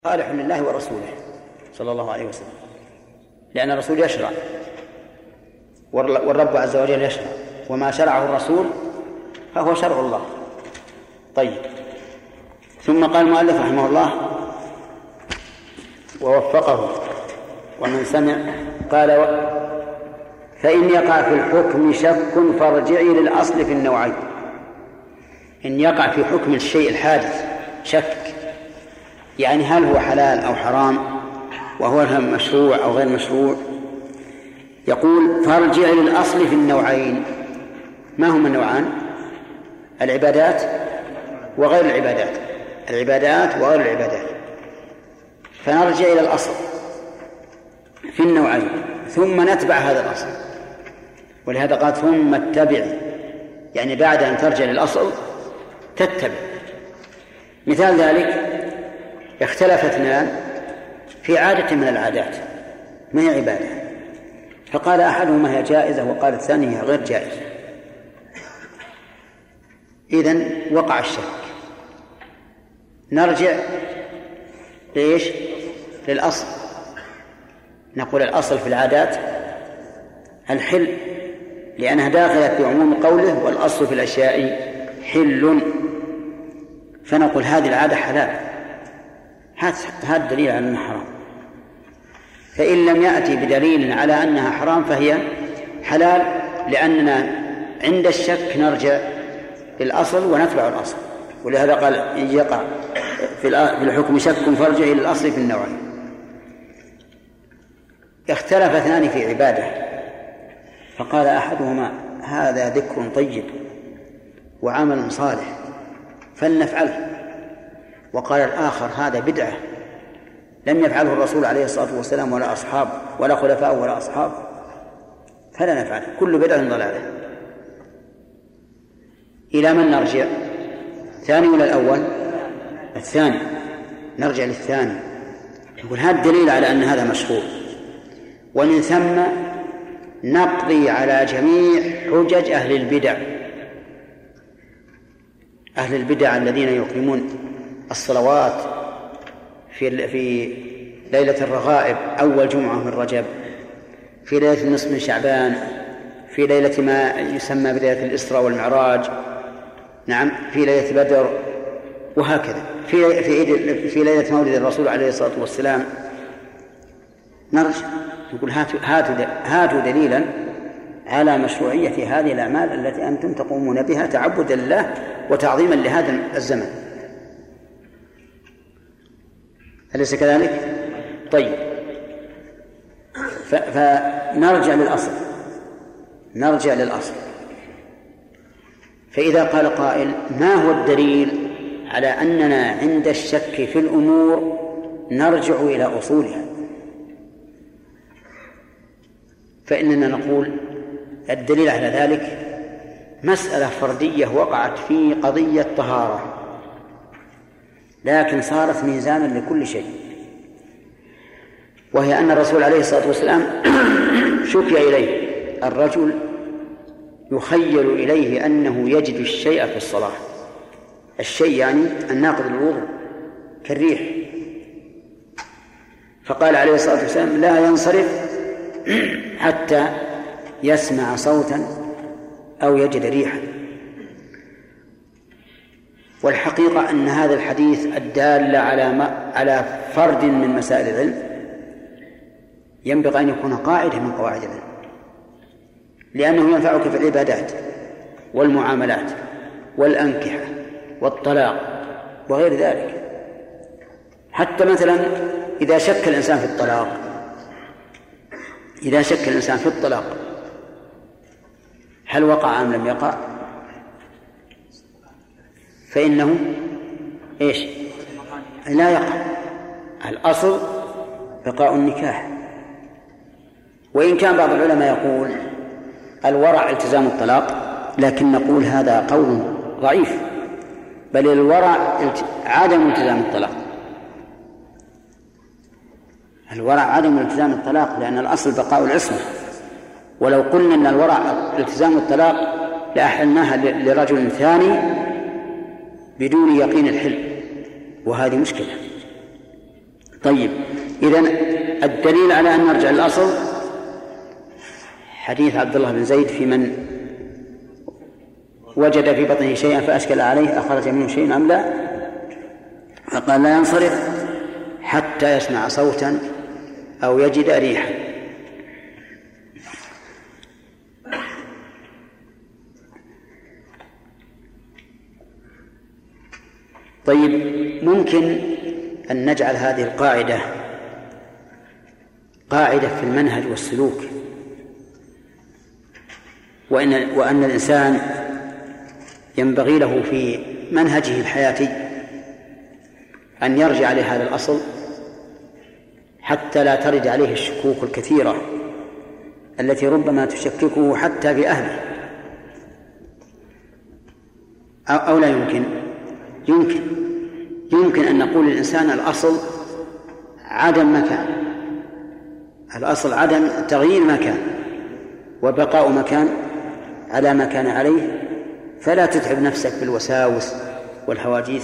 صالح لله ورسوله صلى الله عليه وسلم، لأن الرسول يشرع والرب عز وجل يشرع، وما شرعه الرسول فهو شرع الله. طيب، ثم قال المؤلف رحمه الله ووفقه ومن سمع قال: فإن يقع في الحكم شك فارجعي للأصل في النوعين. إن يقع في حكم الشيء الحادث شك، يعني هل هو حلال أو حرام، وهو مشروع أو غير مشروع، يقول: فارجعي للأصل في النوعين. ما هما النوعان؟ العبادات وغير العبادات، العبادات وغير العبادات. فنرجع إلى الأصل في النوعين ثم نتبع هذا الأصل، ولهذا قال: ثم اتبعي، يعني بعد أن ترجع للأصل تتبع. مثال ذلك: اختلف اثنان في عادة من العادات ما هي عبادة، فقال أحدهما هي جائزة وقال الثاني هي غير جائزة، إذن وقع الشك. نرجع ليش؟ للأصل. نقول الأصل في العادات الحل، لأنها داخلة في عموم قوله: والأصل في الأشياء حل. فنقول هذه العادة حلال، هذا الدليل على أنها حرام. فإن لم يأتي بدليل على أنها حرام فهي حلال، لأننا عند الشك نرجع للأصل ونتبع الأصل. ولهذا قال: إن يقع في الحكم شك فارجعي إلى الأصل في النوعين. اختلف اثنان في عبادة، فقال أحدهما: هذا ذكر طيب وعمل صالح فلنفعله، وقال الآخر: هذا بدعة لم يفعله الرسول عليه الصلاة والسلام ولا أصحاب ولا خلفاء ولا أصحاب، فلا نفعله، كل بدعة ضلالة. إلى من نرجع؟ الثاني ولا الأول؟ الثاني. نرجع للثاني، يقول: هذا الدليل على أن هذا مشروع، ومن ثم نقضي على جميع حجج أهل البدع. أهل البدع الذين يقيمون الصلوات في ليلة الرغائب أول جمعة من رجب، في ليلة النصف من شعبان، في ليلة ما يسمى بليلة الإسراء والمعراج، نعم، في ليلة بدر، وهكذا في ليلة مولد الرسول عليه الصلاة والسلام. نرجع نقول: هاتوا دليلا على مشروعية هذه الأعمال التي أنتم تقومون بها تعبدا لله وتعظيما لهذا الزمن. أليس كذلك؟ طيب، فنرجع للأصل. نرجع للأصل. فإذا قال قائل: ما هو الدليل على أننا عند الشك في الأمور نرجع إلى أصولها؟ فإننا نقول: الدليل على ذلك مسألة فردية وقعت في قضية طهارة، لكن صارت ميزانا لكل شيء، وهي أن الرسول عليه الصلاة والسلام شكي إليه الرجل يخيل إليه أنه يجد الشيء في الصلاة، الشيء يعني الناقض للوضوء كالريح، فقال عليه الصلاة والسلام: لا ينصرف حتى يسمع صوتا أو يجد ريحا. والحقيقة أن هذا الحديث الدال على فرد من مسائل العلم ينبغي أن يكون قاعدة من قواعد العلم، لأنه ينفعك في العبادات والمعاملات والأنكحة والطلاق وغير ذلك. حتى مثلا إذا شك الإنسان في الطلاق، هل وقع أم لم يقع؟ فإنه إيش؟ لا يقع. الأصل بقاء النكاح. وإن كان بعض العلماء يقول الورع التزام الطلاق، لكن نقول هذا قول ضعيف، بل الورع عدم التزام الطلاق. الورع عدم التزام الطلاق، لأن الأصل بقاء العصمة. ولو قلنا أن الورع التزام الطلاق لأحلناها لرجل ثاني بدون يقين الحل، وهذه مشكلة. طيب، إذن الدليل على أن نرجع للأصل حديث عبد الله بن زيد في من وجد في بطنه شيئا فأشكل عليه أخرج منه شيء أم لا، فقال لا ينصرف حتى يسمع صوتا أو يجد ريحا. طيب، ممكن أن نجعل هذه القاعدة قاعدة في المنهج والسلوك، وأن الإنسان ينبغي له في منهجه الحياتي أن يرجع لهذا الأصل حتى لا ترد عليه الشكوك الكثيرة التي ربما تشككه حتى في أهله. أو لا يمكن؟ يمكن أن نقول للإنسان الأصل عدم مكان، الأصل عدم تغيير مكان وبقاء مكان على ما كان عليه، فلا تتعب نفسك بالوساوس والهواجيس.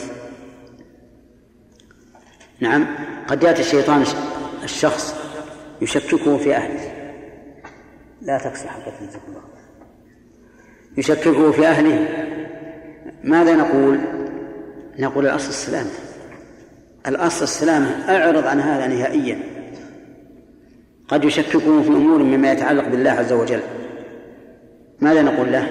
نعم، قد يأتي الشيطان الشخص يشككه في أهله، لا تكسي حقك الله، يشككه في أهله. ماذا نقول؟ نقول الأصل السلامة، الأصل السلامة، أعرض عن هذا نهائيا. قد يشككه في أمور مما يتعلق بالله عز وجل، ماذا نقول له؟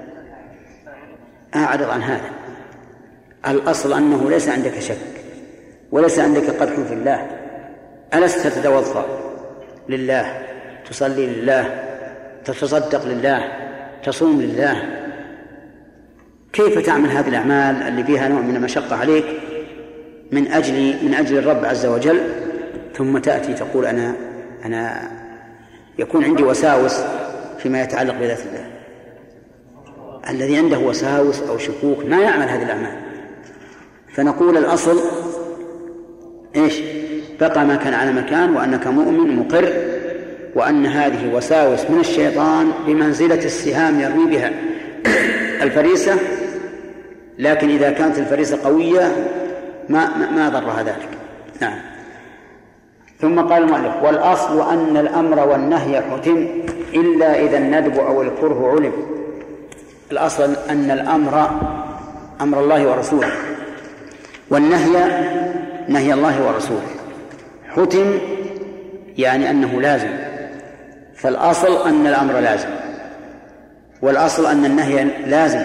أعرض عن هذا. الأصل أنه ليس عندك شك وليس عندك قدح في الله. ألست تتوضأ لله، تصلي لله، تتصدق لله، تصوم لله؟ كيف تعمل هذه الأعمال اللي فيها نوع من المشقة عليك من أجل الرب عز وجل، ثم تأتي تقول أنا يكون عندي وساوس فيما يتعلق بذات الله؟ الذي عنده وساوس أو شكوك ما يعمل هذه الأعمال. فنقول الأصل إيش؟ بقى ما كان على مكان، وأنك مؤمن مقر، وأن هذه وساوس من الشيطان بمنزلة السهام يرمي بها الفريسة، لكن إذا كانت الفريسة قوية ما ضرها ذلك. نعم. ثم قال المؤلف: والأصل أن الأمر والنهي حتم إلا إذا الندب أو الكره علم. الأصل أن الأمر أمر الله ورسوله، والنهي نهي الله ورسوله، حتم يعني أنه لازم. فالأصل أن الأمر لازم، والأصل أن النهي لازم.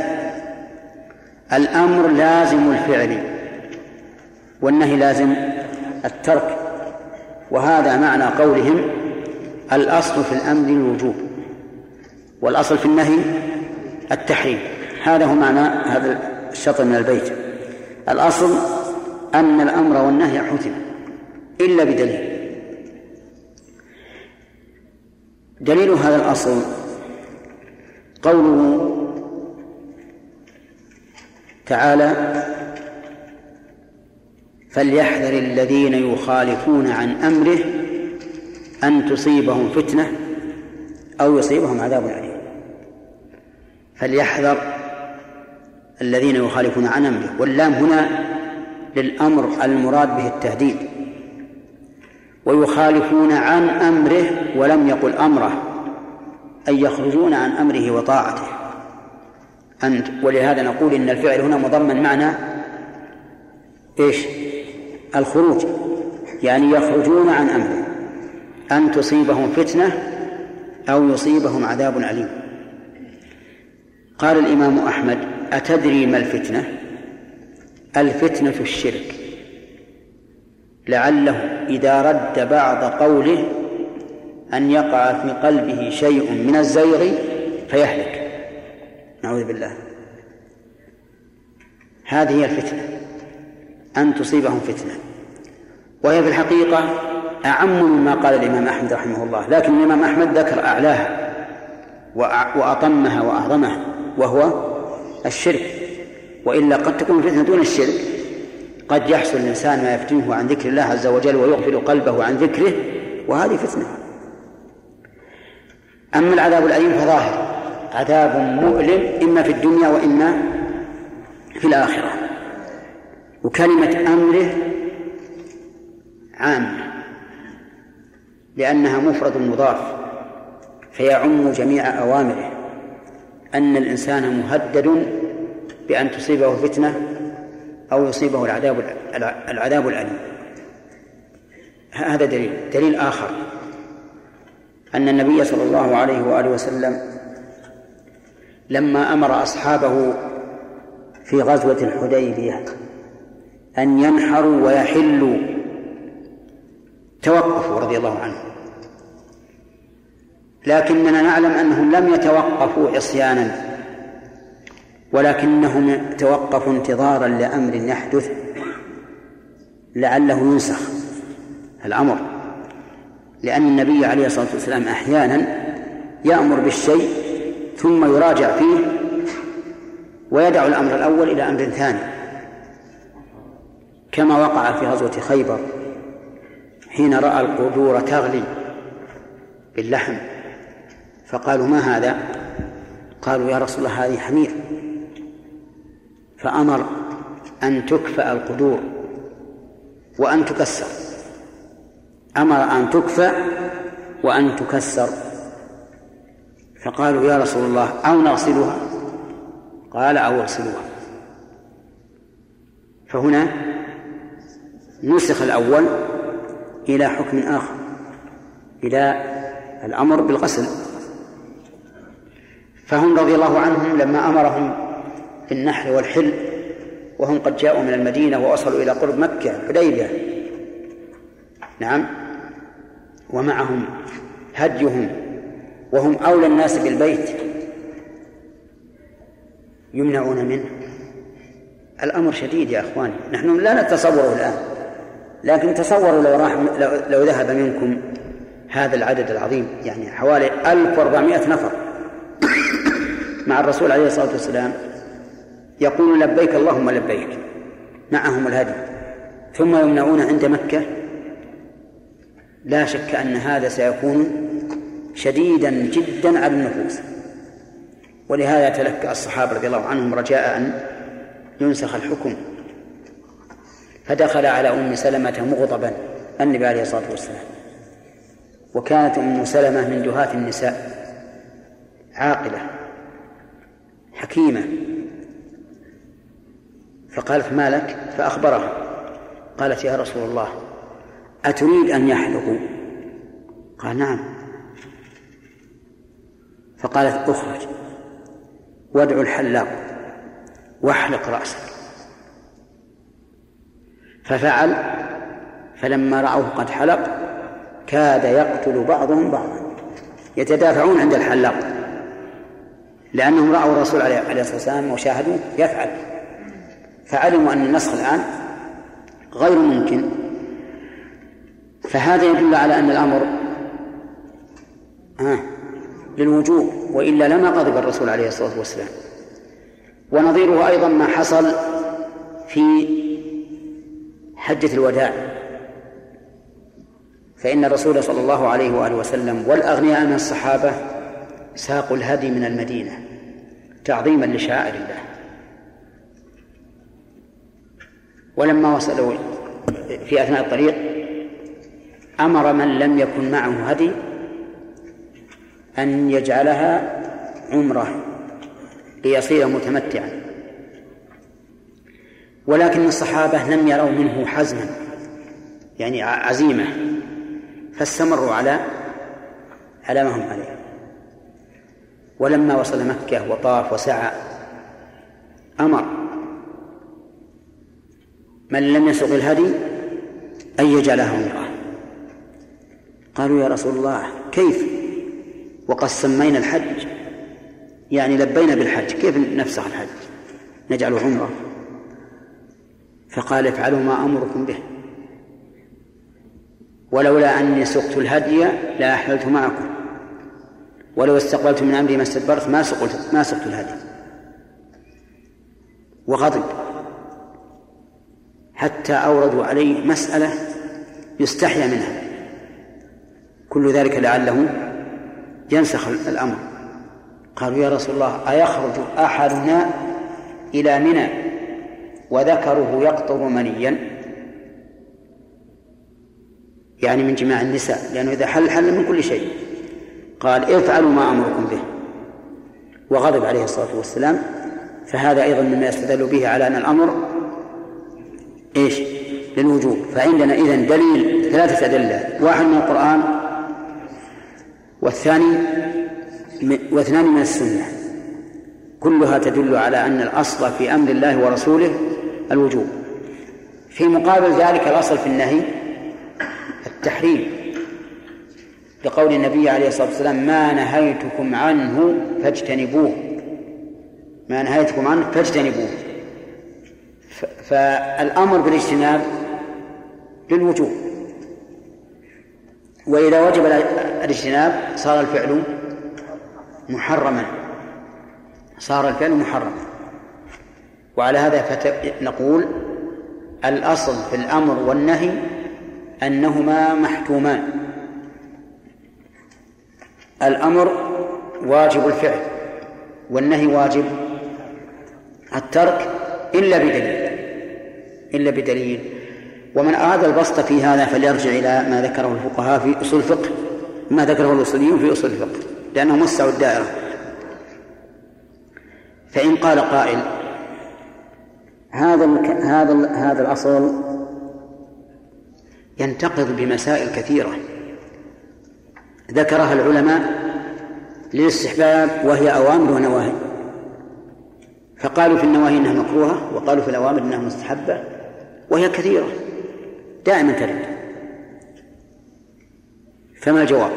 الأمر لازم الفعل، والنهي لازم الترك. وهذا معنى قولهم: الأصل في الأمر الوجوب، والأصل في النهي التحريم. هذا هو معنى هذا الشطر من البيت. الأصل أن الأمر والنهي حتم إلا بدليل. دليل هذا الأصل قوله تعالى: فليحذر الذين يخالفون عن أمره أن تصيبهم فتنة أو يصيبهم عذاب أليم. فليحذر الذين يخالفون عن أمره، واللام هنا للأمر المراد به التهديد. ويخالفون عن أمره ولم يقل أمره، أي يخرجون عن أمره وطاعته. ولهذا نقول إن الفعل هنا مضمن معنى إيش؟ الخروج، يعني يخرجون عن أمره أن تصيبهم فتنة أو يصيبهم عذاب أليم. قال الإمام أحمد: أتدري ما الفتنة؟ الفتنة الشرك، لعله إذا رد بعض قوله أن يقع في قلبه شيء من الزيغ فيهلك، نعوذ بالله. هذه هي الفتنة، أن تصيبهم فتنة، وهي في الحقيقة أعم مما قال الإمام أحمد رحمه الله. لكن الإمام أحمد ذكر أعلاها وأطمها وأعظمها، وهو الشرك. وإلا قد تكون فتنة دون الشرك، قد يحصل الإنسان ما يفتنه عن ذكر الله عز وجل ويغفل قلبه عن ذكره، وهذه فتنة. أما العذاب الأليم فظاهر، عذاب مؤلم إما في الدنيا وإما في الآخرة. وكلمة أمره عامة لأنها مفرد مضاف فيعم جميع أوامره، أن الإنسان مهدد بأن تصيبه فتنة أو يصيبه العذاب الأليم. هذا دليل آخر أن النبي صلى الله عليه وآله وسلم لما أمر أصحابه في غزوة الحديبية أن ينحروا ويحلوا توقفوا رضي الله عنهم، لكننا نعلم أنهم لم يتوقفوا عصيانا، ولكنهم توقفوا انتظارا لأمر يحدث لعله ينسخ الأمر، لأن النبي عليه الصلاة والسلام أحيانا يأمر بالشيء ثم يراجع فيه ويدع الأمر الأول إلى أمر ثاني، كما وقع في غزوة خيبر حين رأى القدور تغلي باللحم فقالوا ما هذا؟ قالوا يا رسول الله هذه حمير، فأمر أن تكفأ القدور وأن تكسر، أمر أن تكفأ وأن تكسر، فقالوا يا رسول الله أو نغسلها؟ قال أو اغسلوها. فهنا نسخ الأول إلى حكم آخر، إلى الأمر بالغسل. فهم رضي الله عنهم لما أمرهم بالنحر والحل وهم قد جاءوا من المدينة ووصلوا إلى قرب مكة الحديبية، نعم، ومعهم هديهم وهم أولى الناس بالبيت، يمنعون منه. الأمر شديد يا أخواني، نحن لا نتصوره الآن، لكن تصوروا لو ذهب منكم هذا العدد العظيم، يعني حوالي 1400 نفر مع الرسول عليه الصلاة والسلام يقول لبيك اللهم لبيك، معهم الهدي، ثم يمنعون عند مكة، لا شك أن هذا سيكون شديدا جدا على النفوس. ولهذا تلكأ الصحابة رضي الله عنهم رجاء أن ينسخ الحكم، فدخل على أم سلمة مغضبا النبي عليه الصلاة والسلام، وكانت أم سلمة من دهاة النساء، عاقلة حكيمة، فقالت ما لك؟ فأخبرها، قالت يا رسول الله أتريد أن يحلقوا؟ قال نعم. فقالت اخرج وادعو الحلاق واحلق رأسك. ففعل، فلما رأوه قد حلق كاد يقتل بعضهم بعضا، يتدافعون عند الحلاق لأنهم رأوا الرسول عليه الصلاة والسلام وشاهدوا يفعل، فعلموا أن النسخ الآن غير ممكن. فهذا يدل على أن الأمر للوجوب، وإلا لما غضب الرسول عليه الصلاة والسلام. ونظيره أيضا ما حصل في حجة الوداع، فإن الرسول صلى الله عليه وآله وسلم والأغنياء من الصحابة ساقوا الهدي من المدينة تعظيما لشعائر الله، ولما وصلوا في أثناء الطريق أمر من لم يكن معه هدي أن يجعلها عمرة ليصير متمتعا، ولكن الصحابة لم يروا منه حزما، يعني عزيمة، فاستمروا على ما هم عليه. ولما وصل مكة وطاف وسعى أمر من لم يسق الهدي أن يجعلها عمرة. قالوا يا رسول الله كيف وقد سمينا الحج، يعني لبينا بالحج، كيف نفسخ الحج نجعله عمرة؟ فقال افعلوا ما أمركم به، ولولا أني سقت الهدي لا أحللت معكم، ولو استقبلت من أمري ما استدبرت ما سقت الهدي. وغضب حتى أوردوا عليه مسألة يستحيا منها، كل ذلك لعله ينسخ الأمر. قالوا يا رسول الله أيخرج أحدنا إلى منى وذكره يقطر منيا؟ يعني من جماع النساء، لأنه إذا حل من كل شيء. قال افعلوا ما أمركم به، وغضب عليه الصلاة والسلام. فهذا أيضا مما يستدل به على أن الأمر للوجوب. فعندنا إذن دليل 3 أدلة، واحد من القرآن واثنان من السنة، كلها تدل على أن الأصل في أمر الله ورسوله الوجوب. في مقابل ذلك الأصل في النهي التحريم، لقول النبي عليه الصلاة والسلام ما نهيتكم عنه فاجتنبوه، ما نهيتكم عنه فاجتنبوه. فالأمر بالاجتناب للوجوب، وإذا وجب الاجتناب صار الفعل محرما، وعلى هذا نقول الأصل في الأمر والنهي أنهما محتومان. الأمر واجب الفعل، والنهي واجب الترك إلا بدليل. ومن أراد البسط في هذا فليرجع إلى ما ذكره الفقهاء في أصول الفقه، ما ذكره الأصوليون في أصول الفقه، لأنهم وسعوا الدائرة. فإن قال قائل هذا الأصل ينتقض بمسائل كثيرة ذكرها العلماء للاستحباب، وهي أوامر ونواهي، فقالوا في النواهي إنها مكروهة، وقالوا في الأوامر إنها مستحبة، وهي كثيرة دائما ترد. فما الجواب؟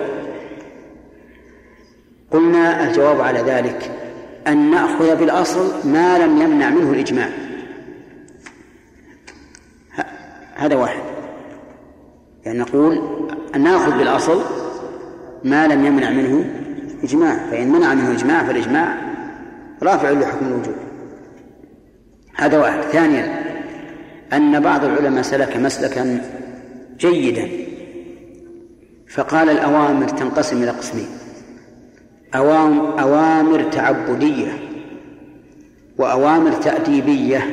قلنا الجواب على ذلك أن نأخذ بالأصل ما لم يمنع منه الإجماع، هذا واحد. يعني نقول أن نأخذ بالأصل ما لم يمنع منه إجماع، فإن منع منه إجماع فالإجماع رافع لحكم الوجوب، هذا واحد. ثانيا أن بعض العلماء سلك مسلكا جيدا، فقال الأوامر تنقسم إلى قسمين: أوامر تعبدية وأوامر تأديبية.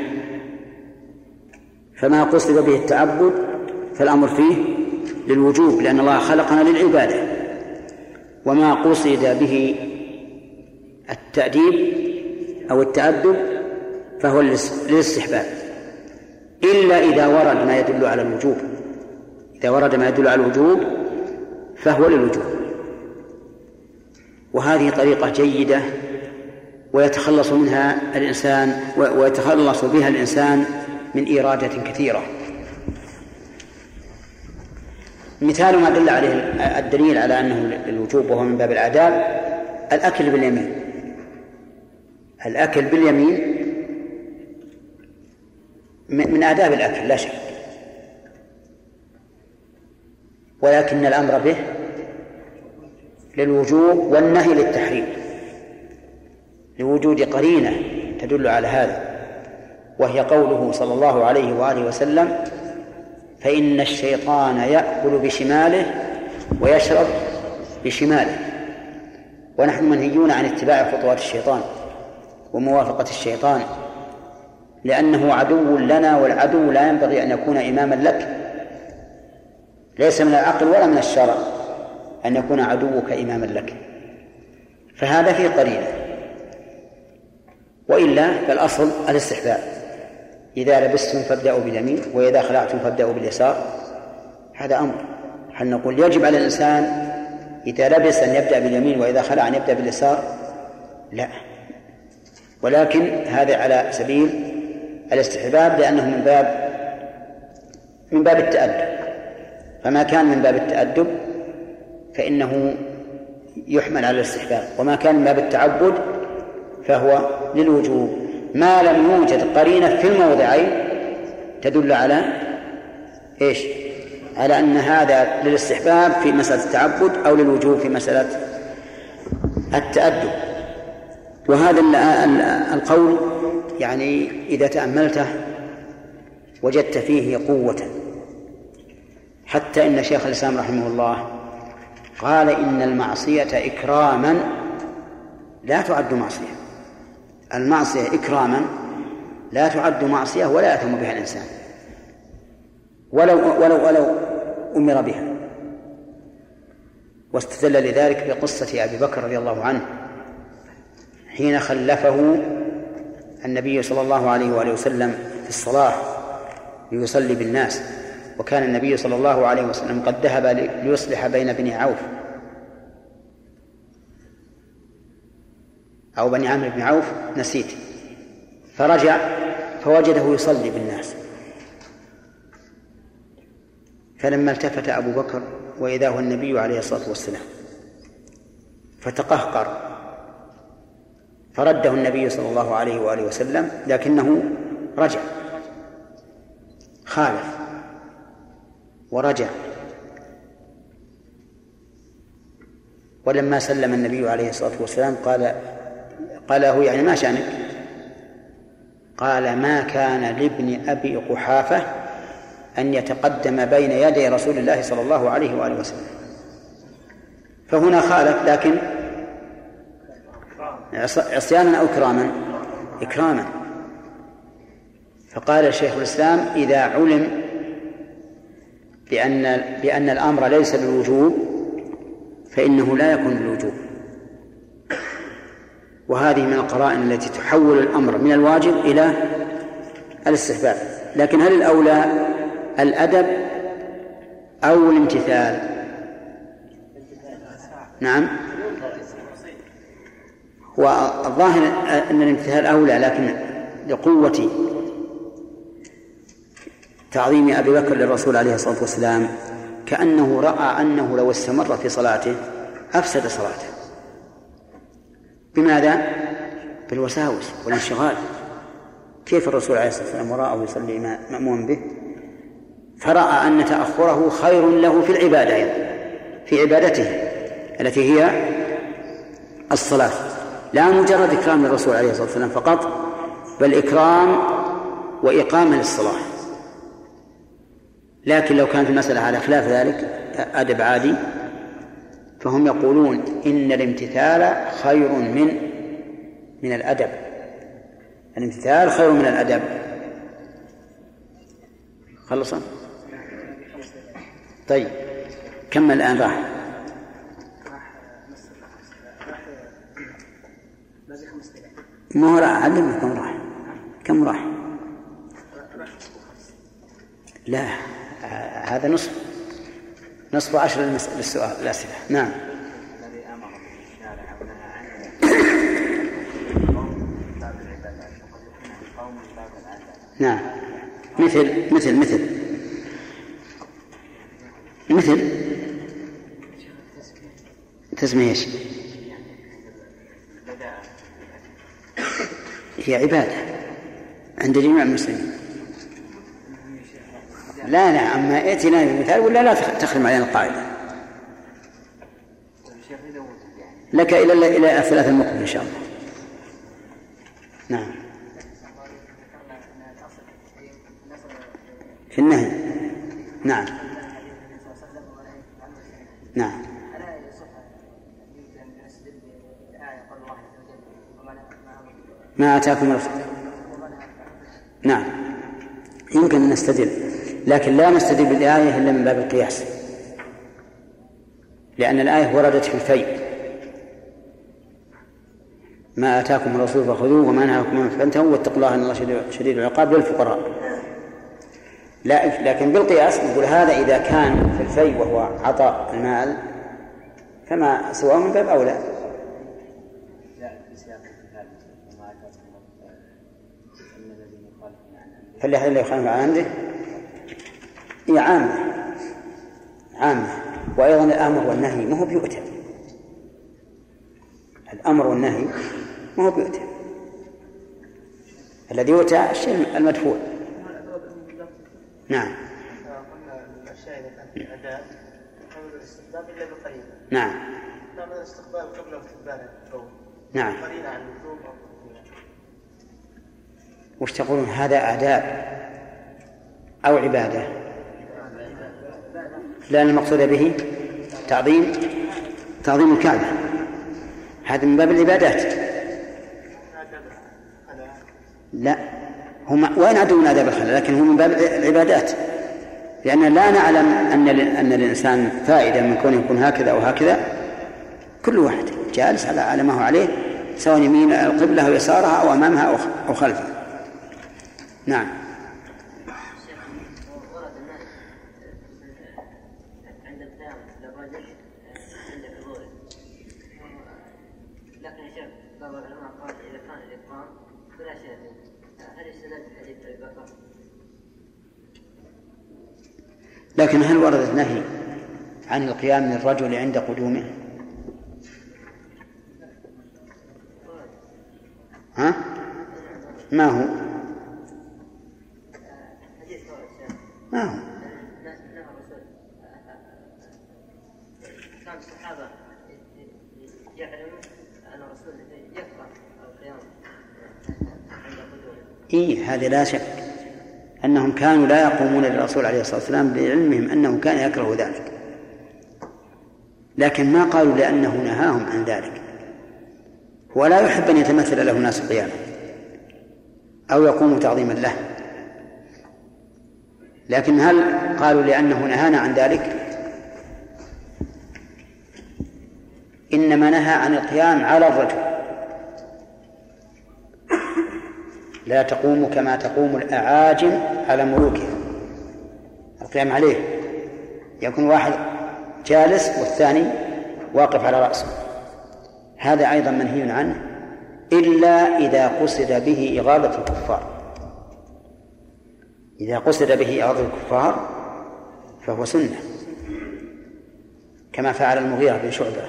فما قصد به التعبد فالأمر فيه للوجوب، لأن الله خلقنا للعبادة، وما قصد به التأديب أو التأدب فهو للاستحباب، إلا إذا ورد ما يدل على الوجوب. إذا ورد ما يدل على الوجوب فهو للوجوب. وهذه طريقة جيدة ويتخلص بها الإنسان من إيرادة كثيرة. مثال ما دل عليه الدليل على أنه للوجوب وهو من باب الآداب الأكل باليمين. الأكل باليمين من آداب الأكل لا شك، ولكن الأمر به للوجوب والنهي للتحريم، لوجود قرينة تدل على هذا، وهي قوله صلى الله عليه وآله وسلم: فإن الشيطان يأكل بشماله ويشرب بشماله. ونحن منهيون عن اتباع خطوات الشيطان وموافقة الشيطان، لأنه عدو لنا، والعدو لا ينبغي أن يكون إماما لك، ليس من العقل ولا من الشرع أن يكون عدوك إماما لك، فهذا فيه قرينة. وإلا فالأصل الاستحباب: إذا لبستم فابدأوا باليمين، وإذا خلعتم فابدأوا باليسار. هذا أمر. هل نقول يجب على الإنسان إذا لبس أن يبدأ باليمين وإذا خلع أن يبدأ باليسار؟ لا، ولكن هذا على سبيل الاستحباب، لأنه من باب التأدب. فما كان من باب التأدب فإنه يحمل على الاستحباب، وما كان من باب التعبد فهو للوجوب، ما لم يوجد قرينة في الموضعين تدل على على أن هذا للاستحباب في مسألة التعبد أو للوجوب في مسألة التأدب. وهذا القول يعني إذا تأملته وجدت فيه قوة، حتى إن شيخ الإسلام رحمه الله قال إن المعصية إكراما لا تعد معصية. المعصية إكراما لا تعد معصية ولا يأثم بها الإنسان ولو أمر بها. واستدل لذلك بقصة أبي بكر رضي الله عنه حين خلفه النبي صلى الله عليه وآله وسلم في الصلاة ليصلي بالناس، وكان النبي صلى الله عليه وسلم قد ذهب ليصلح بين بني عوف أو بني عمرو بن عوف نسيت، فرجع فوجده يصلي بالناس، فلما التفت أبو بكر وإذا هو النبي عليه الصلاة والسلام فتقهقر، فرده النبي صلى الله عليه وآله وسلم، لكنه رجع، خالف ورجع. ولما سلم النبي عليه الصلاة والسلام قال له يعني ما شأنك؟ قال ما كان لابن أبي قحافة أن يتقدم بين يدي رسول الله صلى الله عليه وآله وسلم. فهنا خالف، لكن عصيانا أو إكراما. فقال شيخ الإسلام إذا علم بأن الأمر ليس بالوجوب فإنه لا يكون بالوجوب، وهذه من القرائن التي تحول الأمر من الواجب إلى الاستحباب. لكن هل الأولى الأدب أو الامتثال؟ نعم، والظاهر أن الامتثال أولى، لكن لقوة تعظيم أبي بكر للرسول عليه الصلاة والسلام كأنه رأى أنه لو استمر في صلاته أفسد صلاته. بماذا؟ بالوساوس والانشغال. كيف الرسول عليه الصلاة والسلام وراءه يصلي مأموما به؟ فرأى أن تأخره خير له في العبادة أيضا، في عبادته التي هي الصلاة، لا مجرد إكرام للرسول عليه الصلاة والسلام فقط، بل إكرام وإقامة للصلاة. لكن لو كانت المسألة على خلاف ذلك أدب عادي فهم يقولون إن الامتثال خير من الأدب. الامتثال خير من الأدب. خلصا؟ طيب كمل الآن. راح ما هو راح علمنا كم راح لا هذا نصف 10 للسؤال الأسئلة. نعم. نعم مثل تسمية ايش؟ هي عبادة عند جميع المسلمين. لا أما ائتنا بمثال ولا لا تخرم علينا القاعدة. لك إلى الثلاثة المقبل إن شاء الله. نعم. في النهي. نعم. ما أتاكم رسول. نعم يمكن أن نستدل، لكن لا نستدل بالآية إلا من باب القياس، لأن الآية وردت في الفيء: ما آتاكم الرسول فخذوه وما نهاكم عنه فانتهوا واتقوا الله إن الله شديد العقاب للفقراء. لكن بالقياس نقول هذا إذا كان في الفيء وهو عطاء المال فما سواه من باب أولى. فالذين يخالفون عن أمره هي عامة. وأيضا الأمر والنهي ما هو بيؤتى. الأمر والنهي ما هو بيؤتى، الذي يؤتى الشيء المدفوع. نعم. الأشياء إذا كانت الأداء حمل الاستخدام إلا بقليل. نعم. نعم الاستقبال قبل استقبال الكون. نعم. قليل عن اللزوم أو وش تقولون؟ هذا آداب أو عبادة؟ لأن المقصود به تعظيم الكعبة، هذا من باب العبادات. لا هم وين عدوا من آداب الخلل، لكن هو من باب العبادات. لأن لا نعلم أن الإنسان فائدة من كونه يكون هكذا أو هكذا. كل واحد جالس على ما هو عليه، سواء يمين القبلة أو يسارها أو أمامها أو خلفها. نعم. لكن هل ورد النهي عن القيام للرجل عند قدومه؟ ها؟ ما هو؟ ما هو؟ كان الصحابة يعلمون أن الرسول يكره القيام عند قدومه. هذا لا شك أنهم كانوا لا يقومون للرسول عليه الصلاة والسلام بعلمهم أنه كان يكره ذلك، لكن ما قالوا لأنه نهاهم عن ذلك. هو لا يحب أن يتمثل له ناس قيامه أو يقوم تعظيما له، لكن هل قالوا لأنه نهانا عن ذلك؟ إنما نهى عن القيام على الرجل، لا تقوم كما تقوم الأعاجم على ملوكها. القيام عليه يكون واحد جالس والثاني واقف على رأسه، هذا أيضا منهي عنه، إلا إذا قصد به إغاظة الكفار. إذا قصد به إغاظة الكفار فهو سنة، كما فعل المغيرة بن شعبة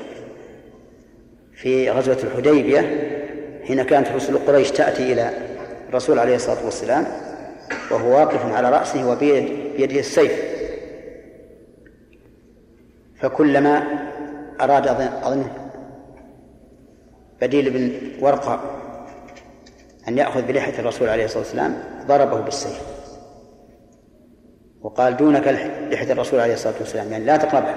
في غزوة الحديبية حين كانت رسل قريش تأتي إلى الرسول عليه الصلاة والسلام وهو واقف على رأسه وبيده السيف، فكلما أراد أظنه بديل بن ورقة أن يأخذ بلحية الرسول عليه الصلاة والسلام ضربه بالسيف وقال دونك لحية الرسول عليه الصلاة والسلام، يعني لا تقربها.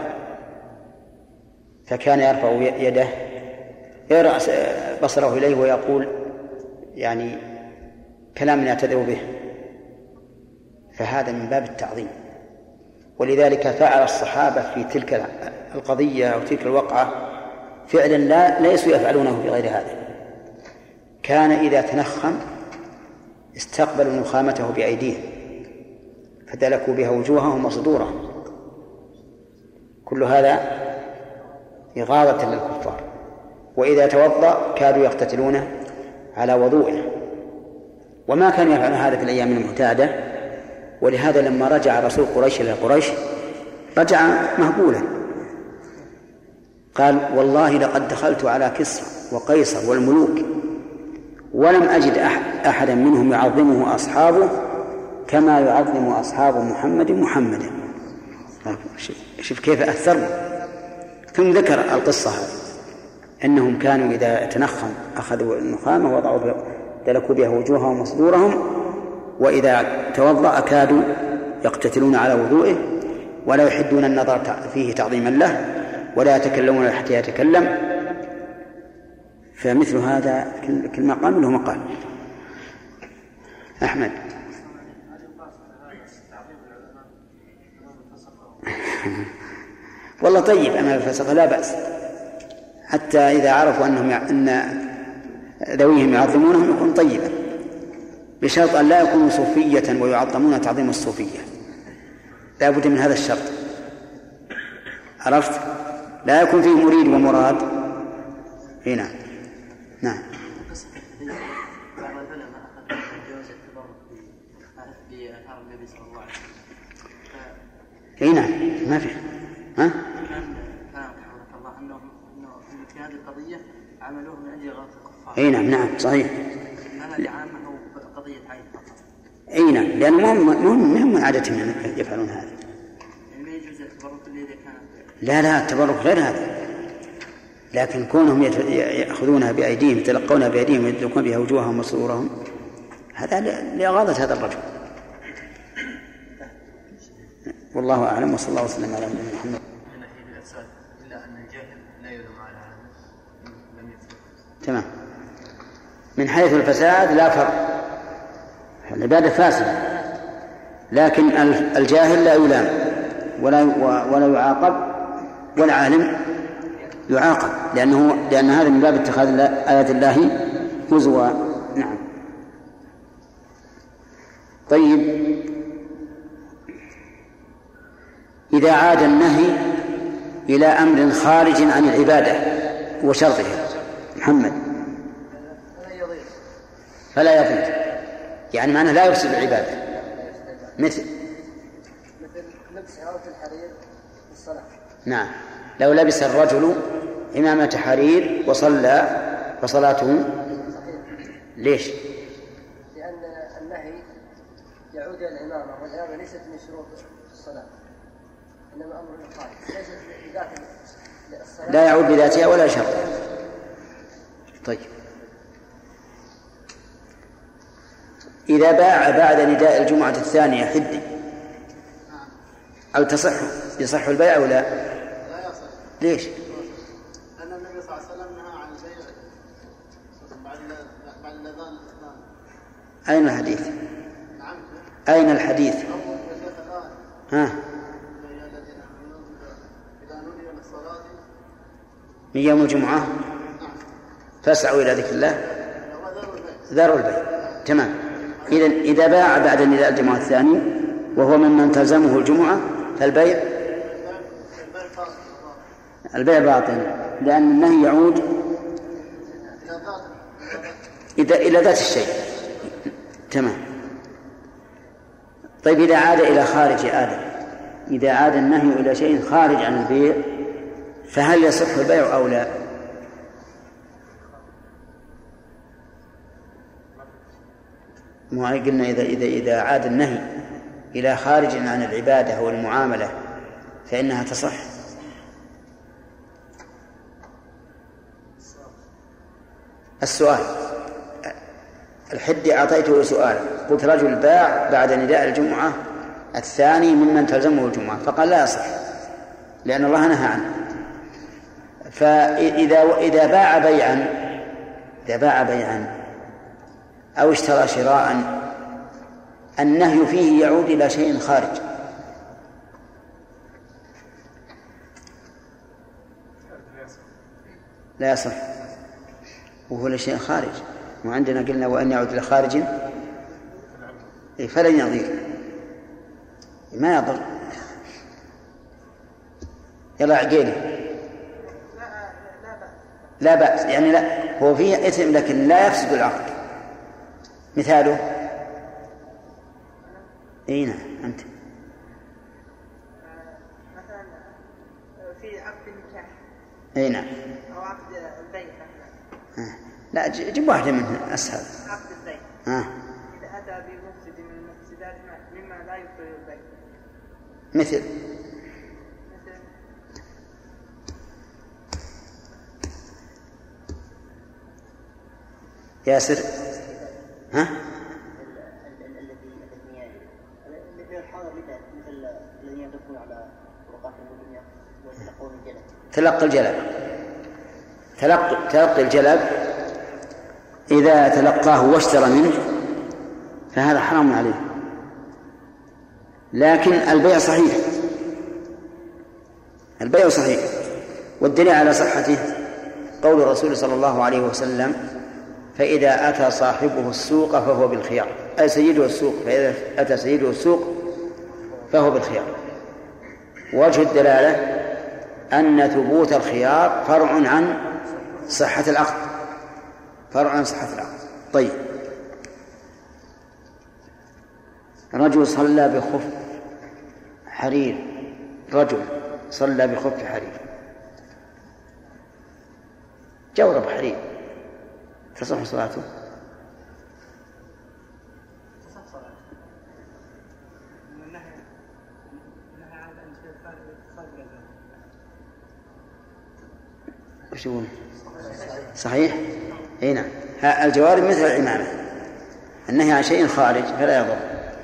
فكان يرفع يده يرأس بصره إليه ويقول يعني كلام يعتذر به، فهذا من باب التعظيم. ولذلك فعل الصحابة في تلك القضية أو تلك الوقعة فعلا ليسوا يفعلونه بغير هذا. كان إذا تنخم استقبلوا نخامته بأيديهم فدلكوا بها وجوههم وصدورهم، كل هذا إغاظة للكفار. وإذا توضأ كادوا يقتتلونه على وضوئه، وما كان يفعل هذا في الأيام المعتادة. ولهذا لما رجع رسول قريش إلى قريش رجع مهبولا، قال والله لقد دخلت على كسرى وقيصر والملوك ولم أجد أحدا منهم يعظمه أصحابه كما يعظم أصحاب محمدا. شوف كيف أثروا. ثم ذكر القصة هذه أنهم كانوا إذا تنخم أخذوا النخامة وضعوا دلكوا بها وجوههم وصدورهم، وإذا توضأ كادوا يقتتلون على وضوئه ولا يحدون النظر فيه تعظيما له ولا يتكلمون حتى يتكلم. فمثل هذا كل مقام له مقال. أحمد. والله طيب، أما الفسقة لا بأس، حتى إذا عرفوا أن ذويهم يعظمونهم يكون طيبا، بشرط أن لا يكونوا صوفية ويعظمون تعظيم الصوفية. لا بد من هذا الشرط، عرفت؟ لا يكون فيه مريد ومراد. هنا نعم. بعض العلماء أخذ جواز التبرك بآثار النبي صلى الله عليه وسلم. نعم ما في. ها؟ كان رحمه الله أنه في هذه القضية عملوه من أجل إغاظة الكفار. أي نعم صحيح. هذا لعامة أو قضية عين فقط. أي نعم، لأنه مهم من عادتهم أن يفعلون هذا. يعني ما يجوز التبرك إلا إذا كان. لا التبرك غير هذا، لكن كونهم يأخذونها بأيديهم يتلقونها بأيديهم ويدلقون بها وجوههم وصدورهم هذا لإغاظة هذا الرجل. والله أعلم، وصلى الله وسلم على نبينا محمد. إلا أن الجاهل لا يلوم على لم يفسد. تمام. من حيث الفساد لا فرق، العبادة فاسدة لكن الجاهل لا يلام ولا يعاقب، والعالم يعاقب، لأن هذا من باب اتخاذ آيات الله هزوا. نعم. طيب، إذا عاد النهي إلى أمر خارج عن العبادة وشرطها محمد فلا يضير، يعني معناه لا يفسد العبادة. مثل لبس عمامة الحرير في الصلاة. نعم، لو لبس الرجل عمامة حرير وصلى فصلاته ليش؟ لأن النهي يعود إلى العمامة، والعمامة ليست من شروط الصلاة، إنما أمر خارج، ليست بذات الصلاة، لا يعود بذاتها ولا شرط. طيب، إذا باع بعد نداء الجمعة الثانية حدي أو يصح البيع أو لا؟ لا يصح. ليش؟ لأن النبي صلى الله عليه وسلم نهى عن البيع بعد الأذان الإسلام. أين الحديث؟ نعم. أين الحديث؟ ها؟ إذا نودي للصلاة من يوم الجمعة فاسعوا إلى ذكر الله ذروا البيع. تمام. إذا باع بعد نداء الجمعة الثاني وهو ممن تلزمه الجمعة فالبيع باطل، لأن النهي يعود إلى ذات الشيء. تمام. طيب، إذا عاد إلى خارج آدم، إذا عاد النهي إلى شيء خارج عن البيع فهل يصح البيع أو لا؟ ما قلنا إذا عاد النهي إلى خارج عن العبادة والمعاملة فإنها تصح. السؤال، الحدي أعطيته سؤال، قلت رجل باع بعد نداء الجمعة الثاني ممن تلزمه الجمعة، فقال لا يصح لأن الله نهى عنه. فإذا باع بيعا أو اشترى شراء النهي فيه يعود إلى شيء خارج. لا يصح وهو لشيء خارج، وعندنا قلنا وأن يعود إلى خارج فلن يضير، ما يضر. يلا عقيلي. لا بأس، يعني لا، هو فيه إثم لكن لا يفسد العقد. مثاله نعم أنت مثلا في عقد النكاح نعم أو عقد البيع. لا، جيب واحدة منها أسهل. عقد البيع إذا أتى بمفسد من المفسدات مما لا يبطل البيع. مثل ياسر. ها؟ الذي الحاضر مثل الذين يدخلون على طرقات المدنية ويتلقون الجلب. تلقي الجلب إذا تلقاه واشترى منه فهذا حرام عليه، لكن البيع صحيح. والدليل على صحته قول الرسول صلى الله عليه وسلم: فإذا أتى صاحبه السوق فهو بالخيار، أي سيده السوق، فإذا أتى سيده السوق فهو بالخيار. وجه الدلالة أن ثبوت الخيار فرع عن صحة العقد. طيب، رجل صلى بخف حرير، جورب حرير، تصح صلاته؟ وش يقول؟ صحيح؟ اي نعم. الجوارب مثل العمامة، النهي عن شيء خارج فلا يضر.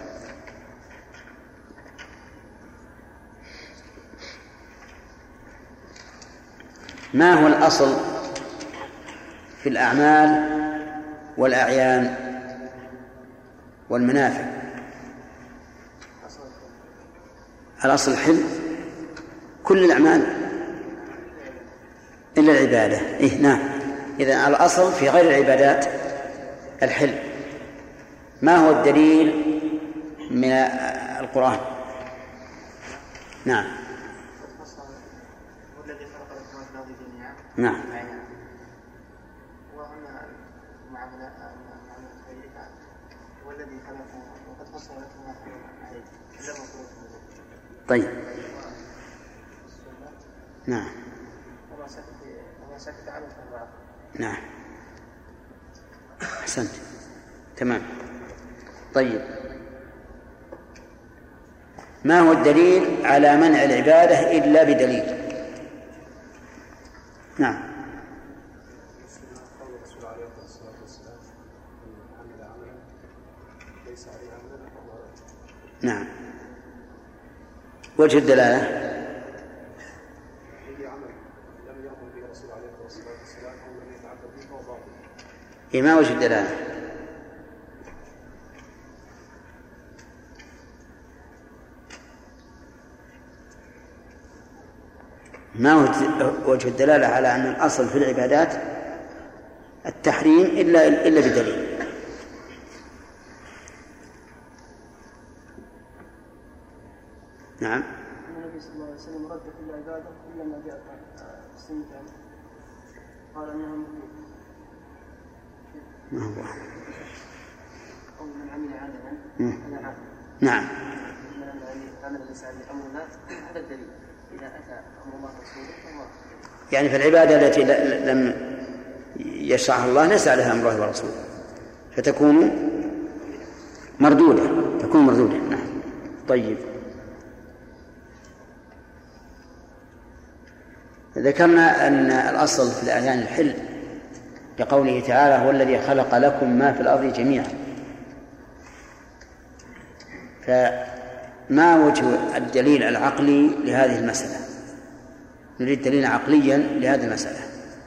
ما هو الأصل في الأعمال والأعيان والمنافع؟ الأصل الحل كل الأعمال إلا العبادة. نعم. إذن الأصل في غير العبادات الحل. ما هو الدليل من القرآن؟ نعم. نعم. طيب. نعم. نعم. أحسنت. تمام. طيب، ما هو الدليل على منع العبادة إلا بدليل؟ نعم. نعم. وجه الدلالة ما وجه الدلالة؟ ما وجه الدلالة على أن الأصل في العبادات التحريم إلا بدليل؟ نعم. النبي صلى الله عليه وسلم رد كل عبادة إلا ما جاء السنة قال أنها مفيدة. ما هو؟ أو من عمل عملا أنا عامل. نعم. من عمل الإنسان بأمرنا هذا الدليل. إذا أتى أمر الله ورسوله فهو يعني في العبادة التي لم يشرعها الله ليس عليها أمر الله ورسوله فتكون مردودة. نعم. طيب، ذكرنا أن الأصل في الأذان الحل لقوله تعالى: هو الذي خلق لكم ما في الأرض جميعا. فما وجه الدليل العقلي لهذه المسألة؟ نريد دليلا عقليا لهذه المسألة.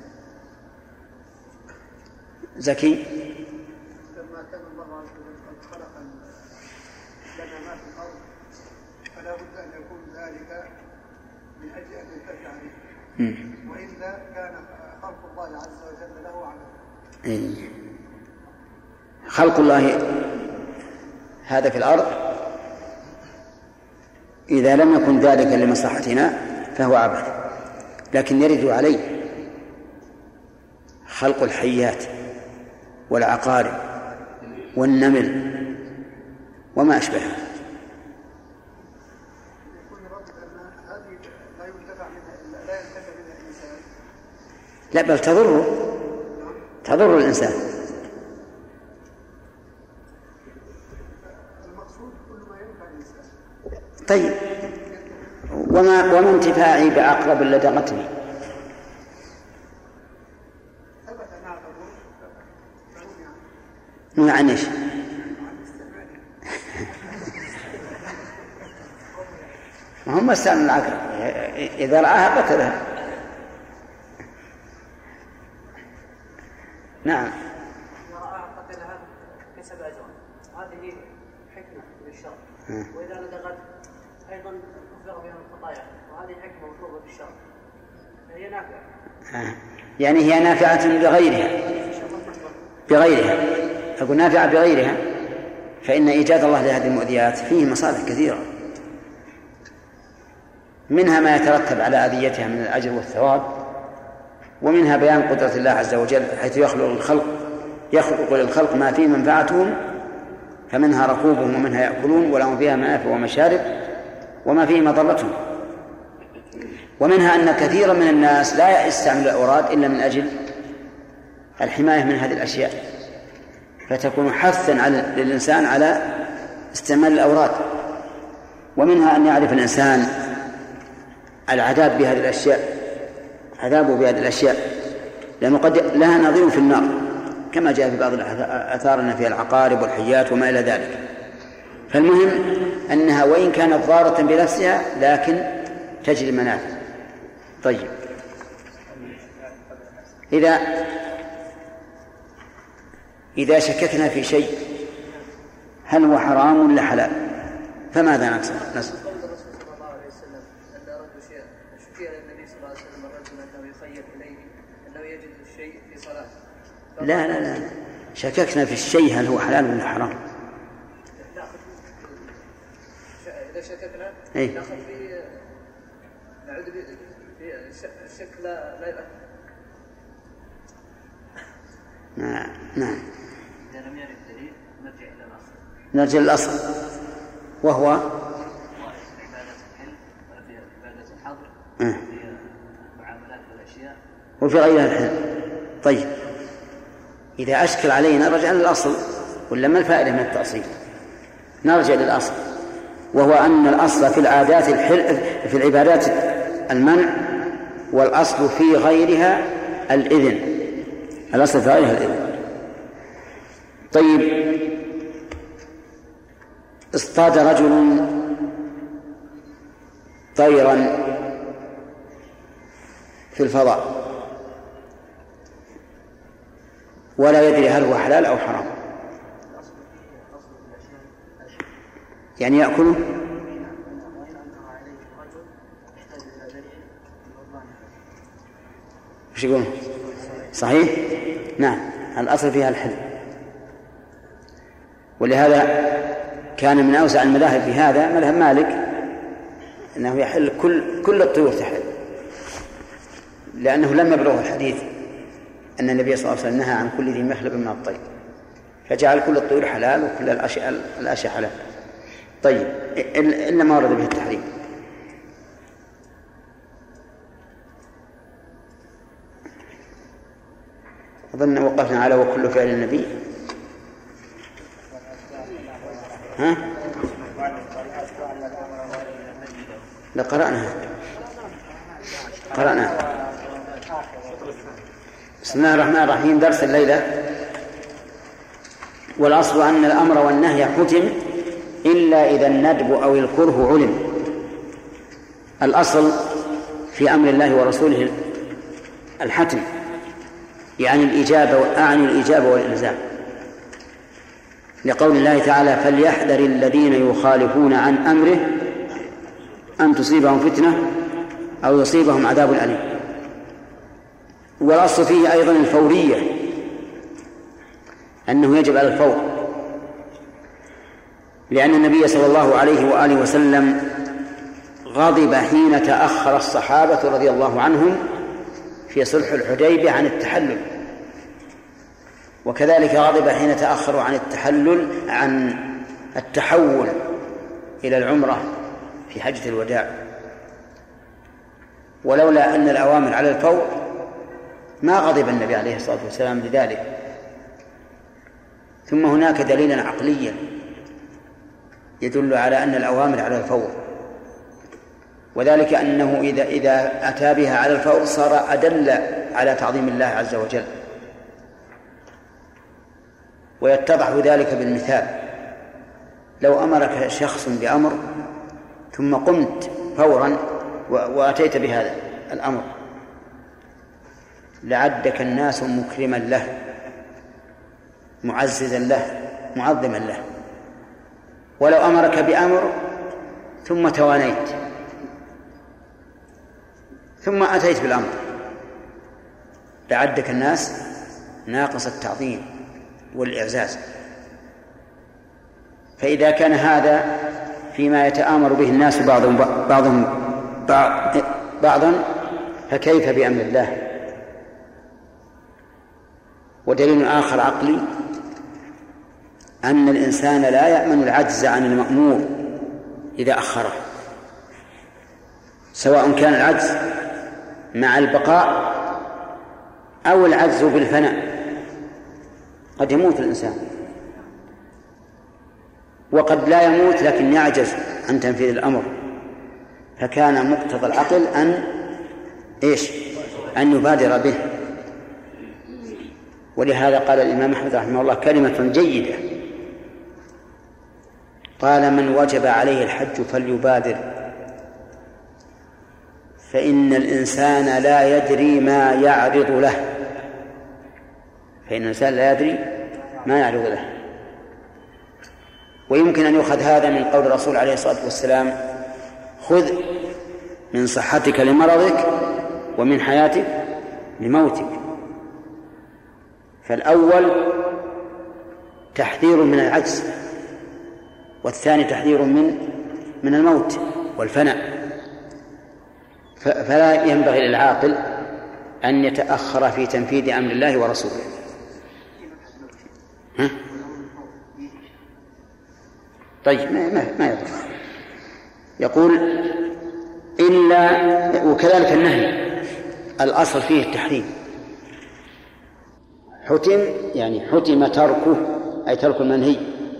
زكي. لما كان الله عز وجل خلق لنا ما في الأرض فلا بد أن يكون ذلك من أجل أن ينتفع به، وإلا كان خلق الله عز وجل له عمل. خلق الله هذا في الأرض إذا لم يكن ذلك لمصلحتنا فهو عبث، لكن يرد عليه خلق الحيات والعقارب والنمل وما أشبهها. لا، بل تضر الإنسان. طيب، وما انتفاعي بعقرب لدغتني؟ عن ايش؟ ما هم استعمل العقرب، إذا رآها قتلها. نعم. إذا رآها قتلها كسب أجرا، هذه حكمة للشرع. وإذا لدغت أيضا كفر بها الخطايا، وهذه حكمة مطلوبة بالشرع، فهي نافعة. يعني هي نافعة بغيرها. أقول نافعة بغيرها، فإن إيجاد الله لهذه المؤذيات فيه مصالح كثيرة، منها ما يترتب على أذيتها من الأجر والثواب، ومنها بيان قدرة الله عز وجل حيث يخلق للخلق ما فيه منفعتهم، فمنها ركوبهم ومنها يأكلون ولهم فيها منافع ومشارب وما فيه مضرتهم. ومنها أن كثيرا من الناس لا يستعمل الأوراد إلا من أجل الحماية من هذه الأشياء، فتكون حثا للإنسان على استعمال الأوراد. ومنها أن يعرف الإنسان العذاب بهذه الأشياء، عذابه بهذه الأشياء، لأنه قد لها نظير في النار كما جاء في بعض الآثار أن فيها العقارب والحيات وما إلى ذلك. فالمهم أنها وإن كانت ضارة بنفسها لكن تجري المنافع. طيب، إذا شككنا في شيء هل هو حرام ولا حلال فماذا نصنع؟ صلى الله عليه وسلم الرجل أنه يخيل إليه أنه يجد الشيء في صلاته. لا شككنا في الشيء هل هو حلال ولا حرام. إذا شككنا نأخذ في نعود في الشك لا يؤثر. نعم. إذا لم يرد الدليل نرجع للأصل وهو عبادة الحل وفي عبادة الحظر في المعاملات والأشياء وفي غيرها الحل. طيب إذا أشكل علينا نرجع للأصل ولا ما الفائدة من التأصيل؟ نرجع للأصل وهو أن الأصل في العادات في العبادات المنع والأصل في غيرها الإذن. الأصل في غيرها الإذن. طيب اصطاد رجل طيرا في الفضاء ولا يدري هل هو حلال أو حرام، يعني يأكله. وش يقول؟ صحيح؟ نعم، الأصل فيها الحل. ولهذا كان من أوسع المذاهب في هذا مذهب مالك أنه يحل كل الطيور تحل، لأنه لم يبلغ الحديث أن النبي صلى الله عليه وسلم نهى عن كل ذي مخلب من الطير، فجعل كل الطيور حلال وكل الأشياء حلال. طيب إلا ما ورد به التحريم. أظن وقفنا على وكل فعل النبي. ها؟ لقرأنا بسم الله الرحمن الرحيم. درس الليلة. والأصل أن الأمر والنهي حتم إلا إذا الندب أو الكره علم. الأصل في أمر الله ورسوله الحتم، يعني الإجابة والإلزام، لقول الله تعالى: فليحذر الذين يخالفون عن أمره أن تصيبهم فتنة أو يصيبهم عذاب أليم. والأصل فيه أيضا الفورية، أنه يجب على الفور، لأن النبي صلى الله عليه وآله وسلم غضب حين تأخر الصحابة رضي الله عنهم في صلح الحديبية عن التحلل، وكذلك غضب حين تأخروا عن التحول إلى العمرة في حجة الوداع. ولولا أن الأوامر على الفور ما غضب النبي عليه الصلاة والسلام لذلك. ثم هناك دليل عقلي يدل على أن الأوامر على الفور، وذلك أنه إذا أتى بها على الفور صار أدل على تعظيم الله عز وجل. ويتضح ذلك بالمثال: لو أمرك شخص بأمر ثم قمت فورا وأتيت بهذا الأمر لعدك الناس مكرما له، معززا له، معظما له. ولو أمرك بأمر ثم توانيت ثم أتيت بالأمر لعدك الناس ناقص التعظيم والإعزاز. فإذا كان هذا فيما يتآمر به الناس بعضا فكيف بأمر الله؟ ودليل آخر عقلي أن الإنسان لا يأمن العجز عن المأمور إذا أخره، سواء كان العجز مع البقاء أو العجز بالفناء. قد يموت الإنسان وقد لا يموت لكن يعجز عن تنفيذ الأمر، فكان مقتضى العقل أن يبادر به. ولهذا قال الإمام أحمد رحمه الله كلمة جيدة، قال: من وجب عليه الحج فليبادر، فإن الإنسان لا يدري ما يعرض له. فإن الإنسان لا يدري ما يعرض له. ويمكن أن يؤخذ هذا من قول الرسول عليه الصلاة والسلام: خذ من صحتك لمرضك ومن حياتك لموتك. فالأول تحذير من العجز، والثاني تحذير من الموت والفناء. فلا ينبغي للعاقل أن يتأخر في تنفيذ أمر الله ورسوله. طيب ما يضر. يقول إلا، وكذلك النهي الأصل فيه التحريم، حتم يعني حتم تركه، أي ترك المنهي،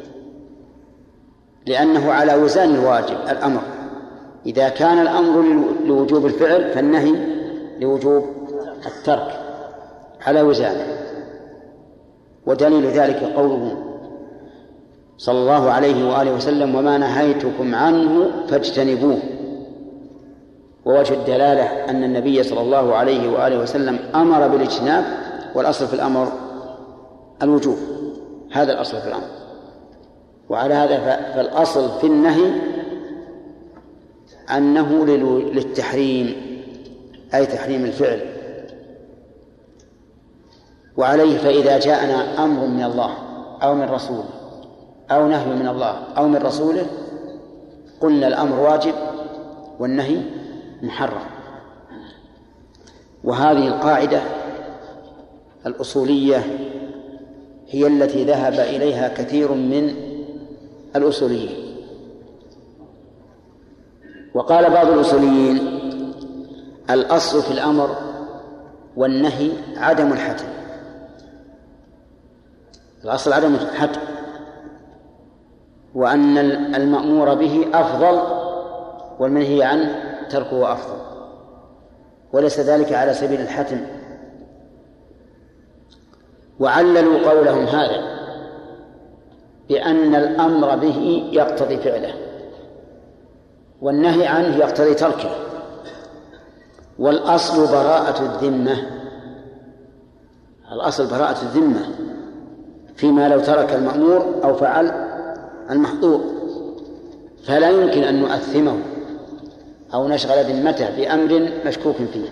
لأنه على وزان الواجب الأمر. إذا كان الأمر لوجوب الفعل فالنهي لوجوب الترك على وزانه. ودليل ذلك قوله صلى الله عليه وآله وسلم: وما نهيتكم عنه فاجتنبوه. ووجه الدلالة أن النبي صلى الله عليه وآله وسلم أمر بالاجتناب، والأصل في الأمر الوجوب، هذا الأصل في الأمر. وعلى هذا فالأصل في النهي أنه للتحريم، أي تحريم الفعل. وعليه فإذا جاءنا أمر من الله أو من رسوله أو نهي من الله أو من رسوله قلنا الأمر واجب والنهي محرم. وهذه القاعدة الأصولية هي التي ذهب إليها كثير من الأصوليين. وقال بعض الأصوليين: الأصل في الأمر والنهي عدم الحتم، الأصل عدم الحتم، وأن المأمور به أفضل والمنهي عنه تركه أفضل، وليس ذلك على سبيل الحتم. وعللوا قولهم هذا بأن الأمر به يقتضي فعله والنهي عنه يقتضي تركه، والأصل براءة الذمة، الأصل براءة الذمة فيما لو ترك المأمور أو فعل المحظور، فلا يمكن أن نؤثمه أو نشغل ذمته بأمر مشكوك فيه.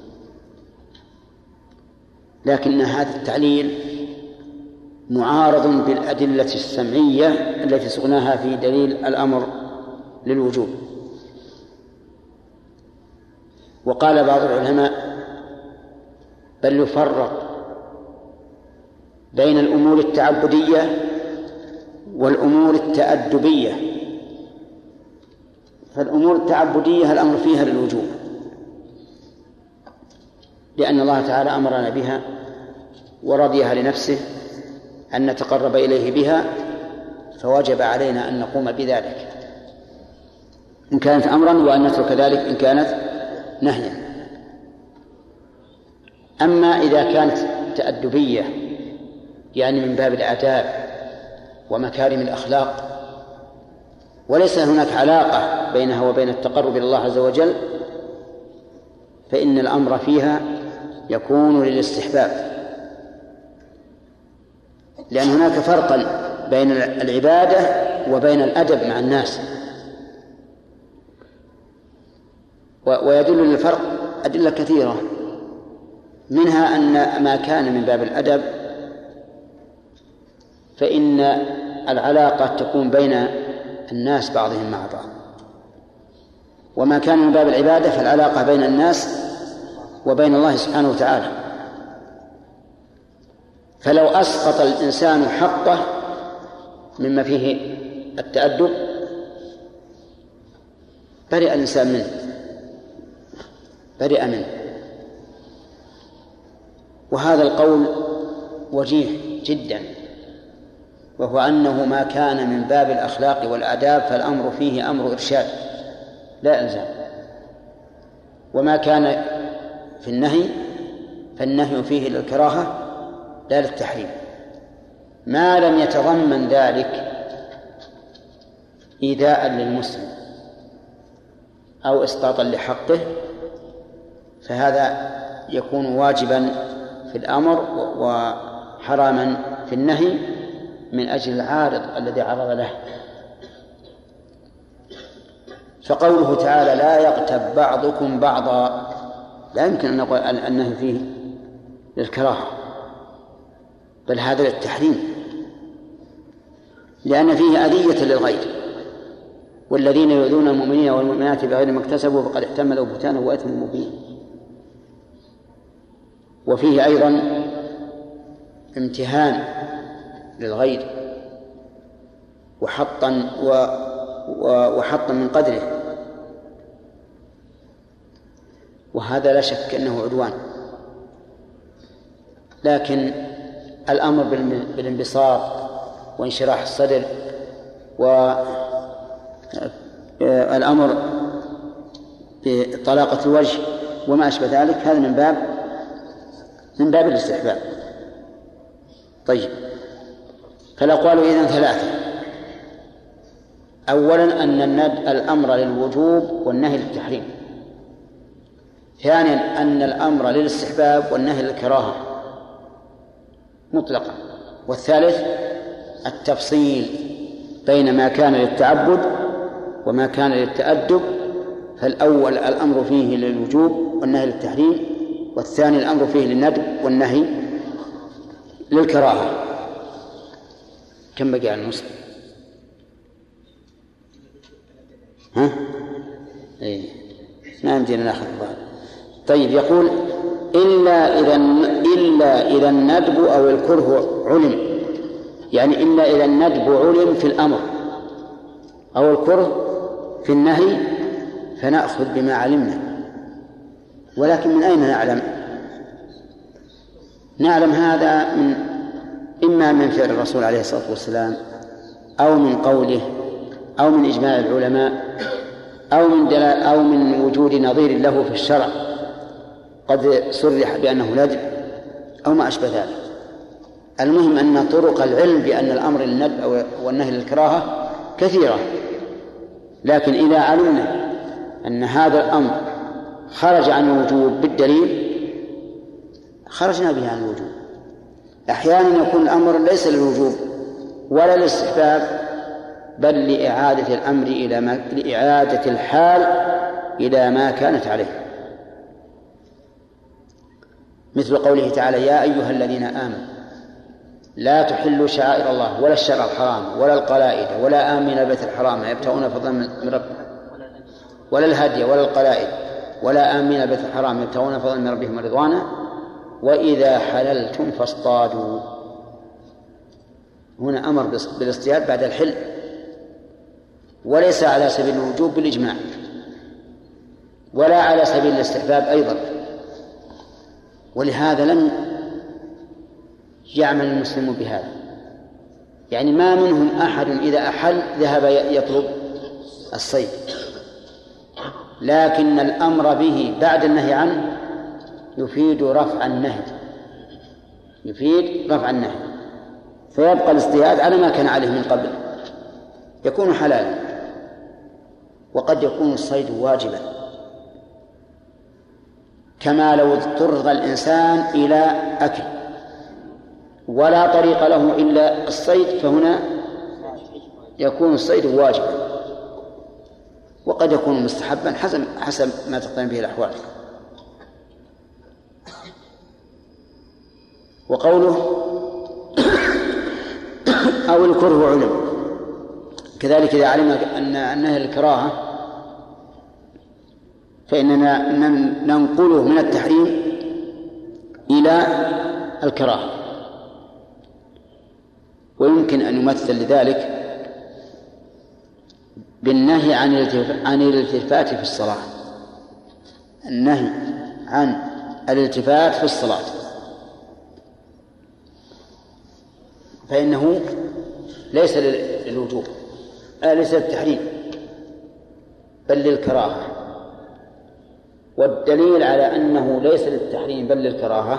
لكن هذا التعليل معارض بالأدلة السمعية التي سقناها في دليل الأمر للوجوب. وقال بعض العلماء: بل يفرق بين الأمور التعبدية والأمور التأدبية. فالأمور التعبدية الأمر فيها للوجوب، لأن الله تعالى أمرنا بها ورضيها لنفسه أن نتقرب إليه بها، فوجب علينا أن نقوم بذلك إن كانت أمرا، وأن نترك ذلك إن كانت نهيا. أما إذا كانت تأدبية يعني من باب الآداب ومكارم الأخلاق وليس هناك علاقة بينها وبين التقرب إلى الله عز وجل، فإن الأمر فيها يكون للاستحباب، لأن هناك فرقا بين العبادة وبين الأدب مع الناس. ويدل للفرق أدلة كثيرة، منها أن ما كان من باب الأدب فإن العلاقة تكون بين الناس بعضهم مع بعض، وما كان من باب العبادة فالعلاقة بين الناس وبين الله سبحانه وتعالى. فلو أسقط الإنسان حقه مما فيه التأدب برئ الإنسان منه، برئ منه. وهذا القول وجيه جدا، وهو أنه ما كان من باب الأخلاق والآداب فالأمر فيه أمر إرشاد لا إلزام، وما كان في النهي فالنهي فيه للكراهة لا للتحريم، ما لم يتضمن ذلك إيذاء للمسلم أو إسقاطا لحقه، فهذا يكون واجبا في الأمر وحراما في النهي من أجل العارض الذي عرض له. فقوله تعالى: لا يغتب بعضكم بعضا، لا يمكن أن نقول أنه فيه للكراهة، بل هذا للتحريم، لأن فيه أذية للغير، والذين يؤذون المؤمنين والمؤمنات بغير ما اكتسبوا فقد احتملوا بهتانا وإثما مبينا. وفيه أيضا امتهان للغير وحطا من قدره، وهذا لا شك أنه عدوان. لكن الأمر بالانبساط وانشراح الصدر والأمر بطلاقة الوجه وما أشبه ذلك هذا من باب الاستحباب. طيب، فالأقوال إذن ثلاثة: أولا أن الأمر للوجوب والنهي للتحريم، ثانيا أن الأمر للاستحباب والنهي للكراهة مطلقا، والثالث التفصيل بين ما كان للتعبد وما كان للتأدب، فالأول الأمر فيه للوجوب والنهي للتحريم، والثاني الأمر فيه للندب والنهي للكراهة. كم بقي على النصف؟ ما يمدينا ناخذ الظاهر. طيب، يقول إلا إذا الندب أو الكره علم، يعني إلا إذا الندب علم في الأمر أو الكره في النهي فنأخذ بما علمنا. ولكن من أين نعلم هذا؟ إما من فعل الرسول عليه الصلاة والسلام، أو من قوله، أو من إجماع العلماء، أو من وجود نظير له في الشرع قد صرح بأنه ندب أو ما أشبه ذلك. المهم أن طرق العلم بأن الأمر للندب والنهي للكراهة كثيرة، لكن إذا علمنا أن هذا الأمر خرج عن الوجوب بالدليل خرجنا به عن الوجوب. أحيانا يكون الأمر ليس للوجوب ولا للاستحباب، بل لإعادة الأمر لإعادة الحال إلى ما كانت عليه، مثل قوله تعالى: يا أيها الذين آمنوا لا تحلوا شعائر الله ولا الشرع الحرام ولا القلائد ولا آمين البيت الحرام يبتغون فضلا من ربهم، ولا الهدي ولا القلائد ولا آمين البيت الحرام يبتغون فضلا من ربهم ورضوانا وإذا حللتم فاصطادوا. هنا أمر بالاصطياد بعد الحل، وليس على سبيل الوجوب بالإجماع، ولا على سبيل الاستحباب أيضا. ولهذا لم يعمل المسلمون بهذا، يعني ما منهم أحد إذا أحل ذهب يطلب الصيد، لكن الأمر به بعد النهي عنه يفيد رفع النهي، فيبقى الاصطياد على ما كان عليه من قبل، يكون حلالا. وقد يكون الصيد واجبا، كما لو اضطر الإنسان إلى أكل ولا طريق له إلا الصيد، فهنا يكون الصيد واجبا، وقد يكون مستحبا حسب ما تقتضي به الأحوال. وقوله أو الكره علم، كذلك إذا علمنا أنها الكراهة فإننا ننقله من التحريم إلى الكراهة. ويمكن أن يمثل لذلك بالنهي عن الالتفات في الصلاة، النهي عن الالتفات في الصلاة، فإنه ليس للوجوب، ليس للتحريم، بل للكراهة. والدليل على أنه ليس للتحريم بل للكراهة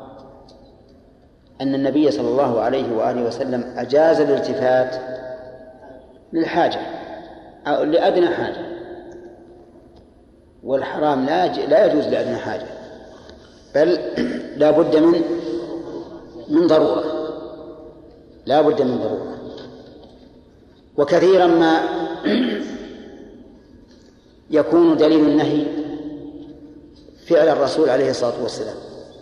أن النبي صلى الله عليه وآله وسلم أجاز الالتفات للحاجة أو لأدنى حاجة، والحرام لا يجوز لأدنى حاجة، بل لا بد من ضرورة، لا بد من ضرورة. وكثيرا ما يكون دليل النهي فعل الرسول عليه الصلاة والسلام،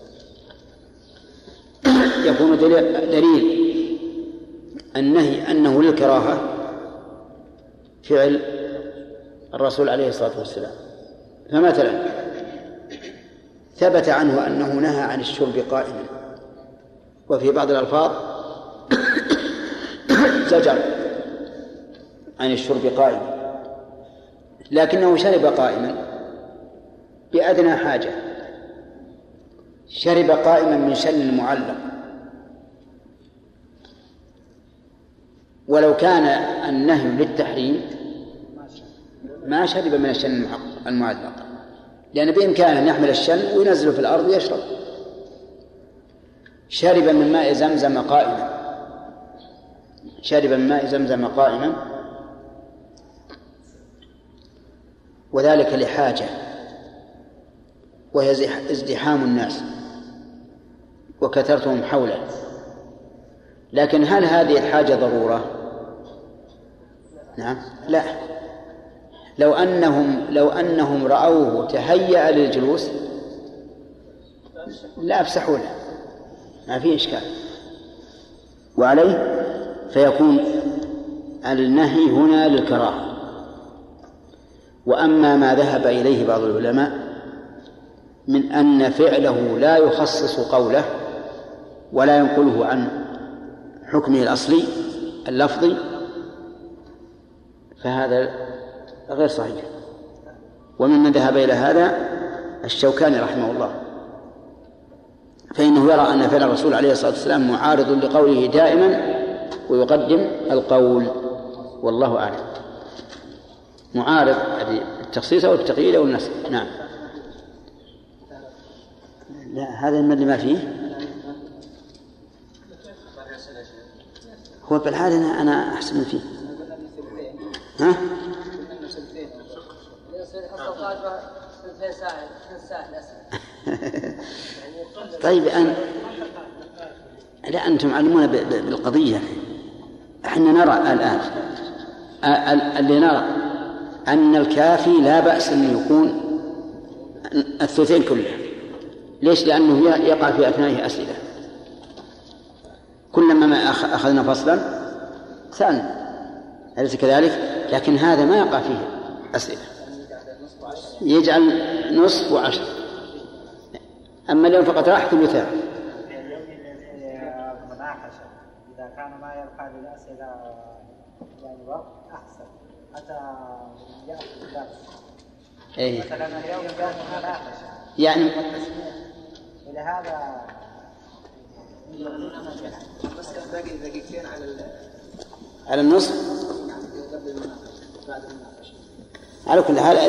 يكون دليل النهي أنه للكراهة فعل الرسول عليه الصلاة والسلام. فمثلا ثبت عنه أنه نهى عن الشرب قائما، وفي بعض الألفاظ زجر عن الشرب قائما، لكنه شرب قائما بأدنى حاجة، شرب قائما من شن المعلق، ولو كان النهي للتحريم ما شرب من الشن المعلق، لأن بإمكانه أن يحمل الشن وينزله في الأرض ويشرب. شرب من ماء زمزم قائما، شرب من ماء زمزم قائما، وذلك لحاجة وهي ازدحام الناس وكثرتهم حوله. لكن هل هذه الحاجة ضرورة؟ نعم، لا. لو أنهم رأوه تهيأ للجلوس لا أفسحوا له، ما فيه إشكال. وعليه فيكون النهي هنا للكراهة. وأما ما ذهب إليه بعض العلماء من أن فعله لا يخصص قوله ولا ينقله عن حكمه الأصلي اللفظي، فهذا غير صحيح. وممن ذهب إلى هذا الشوكاني رحمه الله، فإنه يرى أن فعل الرسول عليه الصلاة والسلام معارض لقوله دائما ويقدم القول، والله أعلم. معارض التخصيص أو التقييد أو النسخ. نعم. لا، هذا من اللي ما فيه. هو بالحال أنا أحسن من فيه. ها؟ طيب لا، أنتم علمونا بالقضية. احنا نرى الآن اللي نرى أن الكافي لا بأس أن يكون الثلثين كلها. ليش؟ لأنه يقع في أثنائه أسئلة، كلما ما أخذنا فصلا سألنا، أليس كذلك؟ لكن هذا ما يقع فيه أسئلة، يجعل نصف وعشر. أما اليوم فقط راح ثلثان. مناقشة إذا كان ما يبقى للأسئلة يعني وقت أحسن حتى يأخذ الدرس. إيه. مثلا اليوم جاءت مناقشة يعني ولهذا بس كان باقي دقيقتين على النصف. بعد المناقشة. على كل حال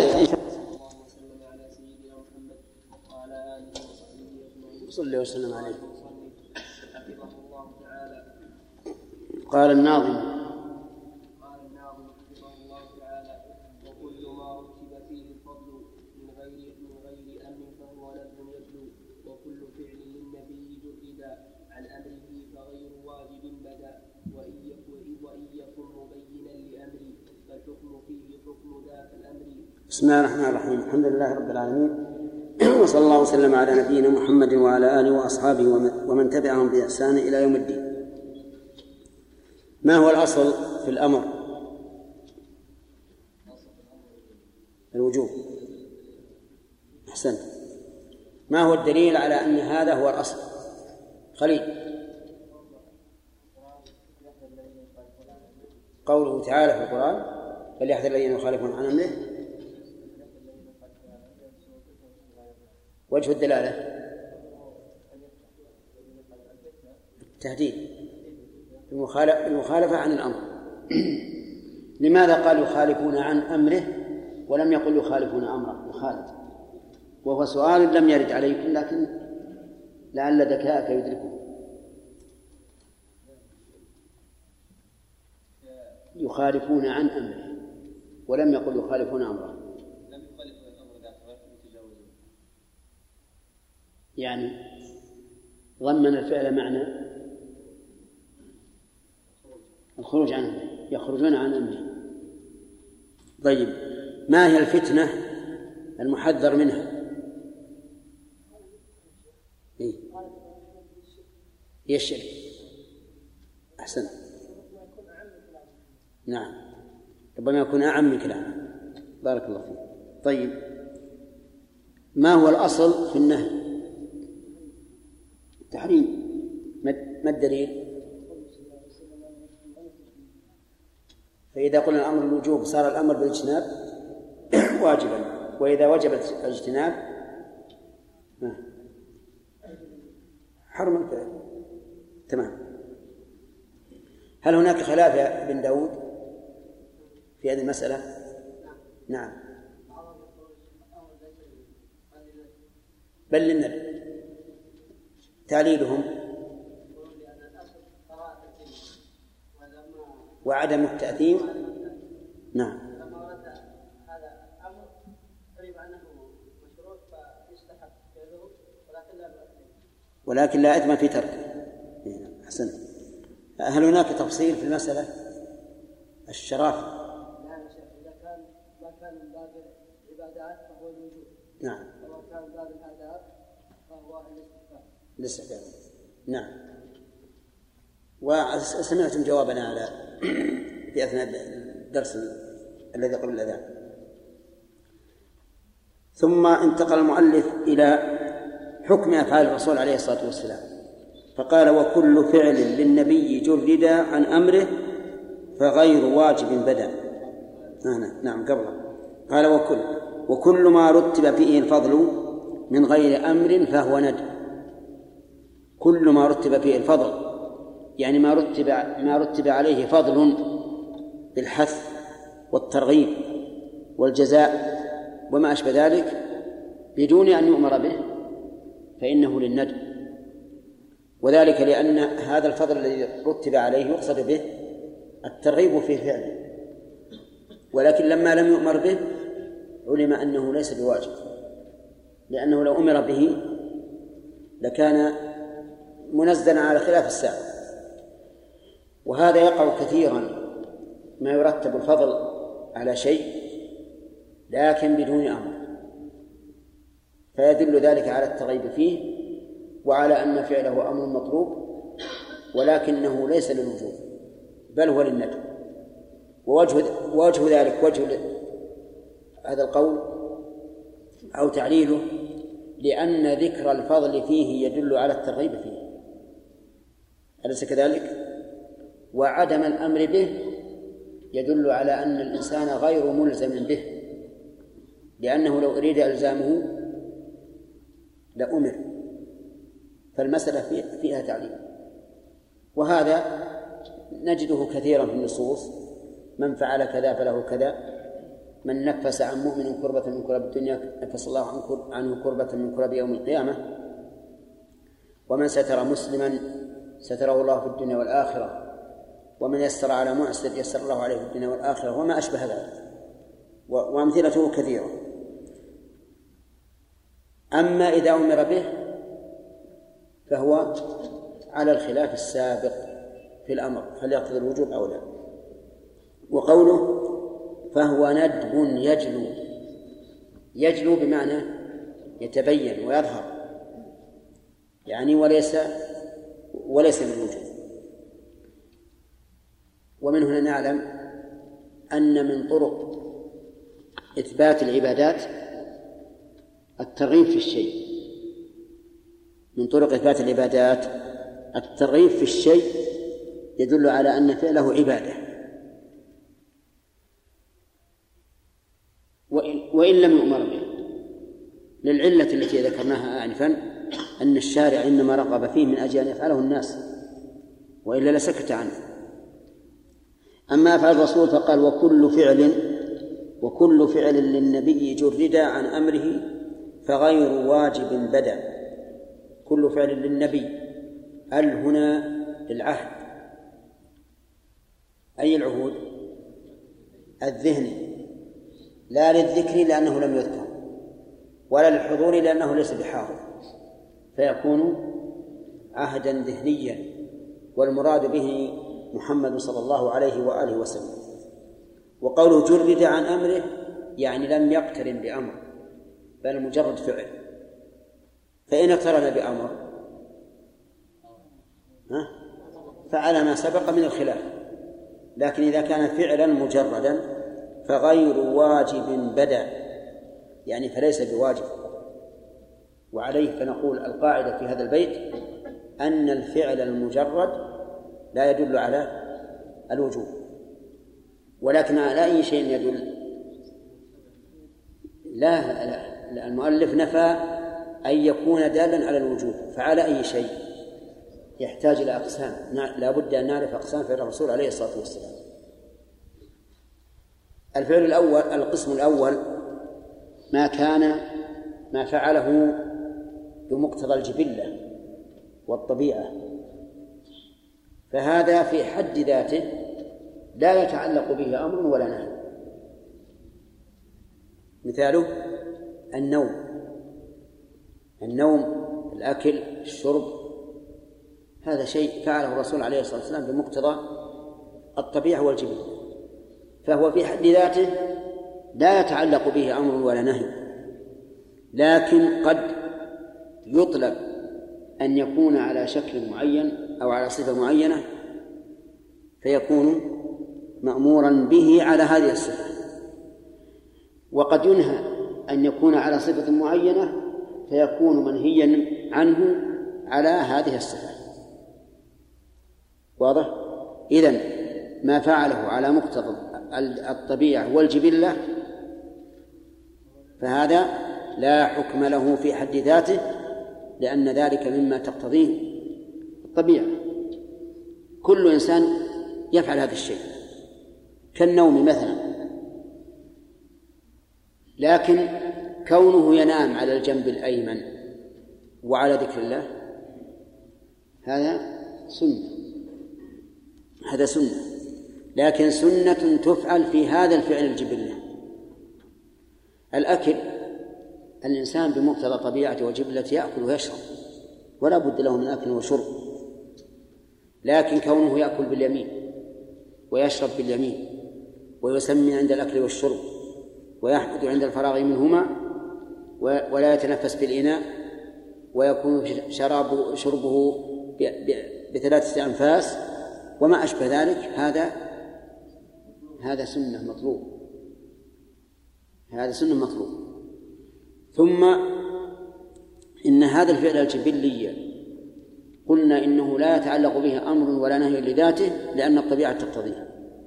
صلى وسلم عليه. قال الناظم حفظه الله تعالى: وكل ما رتب فيه الفضل من غير أمر فهو نذر يتلو، وكل فعل للنبي جرد عن أمره فغير واجب بدا، وإن يكن مبينا لأمري فالحكم فيه حكم ذاك الأمر. بسم الله الرحمن الرحيم. الحمد لله رب العالمين، وصلى الله وسلم على نبينا محمد وعلى آله وأصحابه ومن تبعهم بإحسان إلى يوم الدين. ما هو الأصل في الأمر؟ الوجوب. أحسنت. ما هو الدليل على أن هذا هو الأصل؟ خليل. قوله تعالى في القرآن: فليحذر الذين يخالفون عن أمره. وجه الدلالة التهديد المخالفة عن الأمر. لماذا قال يخالفون عن أمره ولم يقل يخالفون أمره؟ يخالف، وهو سؤال لم يرد عليكم، لكن لعل ذكاءك يدركه. يخالفون عن أمره ولم يقل يخالفون أمره، يعني ضمن الفعل معنى الخروج عنه، يخرجون عن أمره. طيب، ما هي الفتنة المحذر منها؟ إيه؟ هي الشرك. أحسن. نعم، ربما يكون أعم من كلامه. بارك الله فيك. طيب، ما هو الأصل في النهي؟ تحريم. ما الدليل؟ فإذا قلنا الأمر الوجوب صار الأمر بالاجتناب واجبا، وإذا وجب الاجتناب حرم الفعل. تمام. هل هناك خلاف يا ابن داود في هذه المسألة؟ نعم. بل للندب. تعليلهم وعدم التأثيم. نعم. ولكن لا إثم في تركه. أحسنت. هل هناك تفصيل في المسألة الشرافة؟ لا يا شيخ، إذا كان ما كان من باب العبادات فهو الوجوب. نعم. وما كان من باب الآداب فهو الاستحباب. نعم. وسمعتم جوابنا على في أثناء الدرس الذي قبل الأذان. ثم انتقل المؤلف إلى حكم أفعال الرسول عليه الصلاة والسلام، فقال: وكل فعل للنبي جرد عن أمره فغير واجب بدأ. نعم قبله قال: وكل ما رتب فيه الفضل من غير أمر فهو ندب. كل ما رتب فيه الفضل يعني ما رتب عليه فضل بالحث والترغيب والجزاء وما أشبه ذلك بدون أن يؤمر به فإنه للندب، وذلك لأن هذا الفضل الذي رتب عليه يقصد به الترغيب في فعله، ولكن لما لم يؤمر به علم أنه ليس بواجب، لأنه لو أمر به لكان منزلا على خلاف السابق. وهذا يقع كثيرا، ما يرتب الفضل على شيء لكن بدون أمر، فيدل ذلك على الترغيب فيه وعلى أن فعله أمر مطلوب، ولكنه ليس للوجوب بل هو للندب. ووجه ذلك وجه هذا القول أو تعليله لأن ذكر الفضل فيه يدل على الترغيب فيه، أليس كذلك؟ وعدم الأمر به يدل على أن الإنسان غير ملزم به، لأنه لو أريد إلزامه لأمر، فالمسألة فيها تعليل. وهذا نجده كثيرا في النصوص: من فعل كذا فله كذا، من نفس عن مؤمن كربة من كرب الدنيا نفس الله عنه كربة من كرب يوم القيامة، ومن ستر مسلما ستره الله في الدنيا والآخرة، ومن يسر على معسر يسر الله عليه في الدنيا والآخرة، وما أشبه ذلك، وأمثلته كثيرة. أما إذا أمر به فهو على الخلاف السابق في الأمر، هل يقتضي الوجوب أو لا. وقوله فهو ندب يجلو بمعنى يتبين ويظهر، يعني وليس بالوجوب. ومن هنا نعلم أن من طرق إثبات العبادات الترغيب في الشيء، من طرق إثبات العبادات الترغيب في الشيء يدل على أن فعله عبادة، وإن لم يؤمر به، للعلة التي ذكرناها آنفا أن الشارع إنما رغب فيه من أجل أن يفعله الناس، وإلا لسكت عنه. أما أفعال الرسول فقال وكل فعل للنبي جرد عن أمره فغير واجب بدأ. كل فعل للنبي، هنا للعهد، أي العهود؟ الذهني، لا للذكر لأنه لم يذكر، ولا للحضور لأنه ليس بحاضر، فيكون عهدا ذهنيا، والمراد به محمد صلى الله عليه وآله وسلم. وقوله جرد عن أمره يعني لم يقترن بأمر بل مجرد فعل، فإن اقترن بأمر فعل ما سبق من الخلاف. لكن إذا كان فعلا مجردا فغير واجب بدأ، يعني فليس بواجب. وعليه فنقول القاعدة في هذا البيت أن الفعل المجرد لا يدل على الوجوب، ولكن على أي شيء يدل؟ لا، المؤلف نفى أن يكون دالا على الوجوب، فعلى أي شيء؟ يحتاج إلى أقسام، لا بد أن نعرف أقسام فعل الرسول عليه الصلاة والسلام. الفعل الأول، القسم الأول ما فعله بمقتضى الجبلة والطبيعة، فهذا في حد ذاته لا يتعلق به أمر ولا نهي. مثاله النوم، الأكل، الشرب، هذا شيء فعله الرسول عليه الصلاة والسلام بمقتضى الطبيعة والجبلة، فهو في حد ذاته لا يتعلق به أمر ولا نهي. لكن قد يطلب أن يكون على شكل معين أو على صفة معينة فيكون مأمورا به على هذه الصفة، وقد ينهى أن يكون على صفة معينة فيكون منهيا عنه على هذه الصفة. واضح؟ إذن ما فعله على مقتضى الطبيعة والجبلة فهذا لا حكم له في حد ذاته، لأن ذلك مما تقتضيه الطبيعة. كل إنسان يفعل هذا الشيء كالنوم مثلا، لكن كونه ينام على الجنب الأيمن وعلى ذكر الله هذا سنة، لكن سنة تفعل في هذا الفعل الجبلي. الأكل، الإنسان بمقتضى طبيعته وجبلته يأكل ويشرب ولا بد له من أكل وشرب، لكن كونه يأكل باليمين ويشرب باليمين ويسمي عند الأكل والشرب ويحمد عند الفراغ منهما ولا يتنفس بالإناء ويكون شربه بثلاثة أنفاس وما أشبه ذلك، هذا سنة مطلوب. ثم إن هذا الفعل الجبلي قلنا إنه لا يتعلق به أمر ولا نهي لذاته لأن الطبيعة تقتضيه،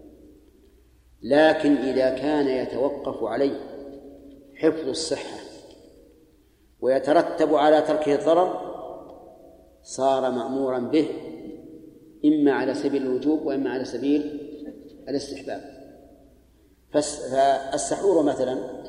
لكن إذا كان يتوقف عليه حفظ الصحة ويترتب على تركه الضرر صار مأمورا به، إما على سبيل الوجوب وإما على سبيل الاستحباب. فالسحور مثلا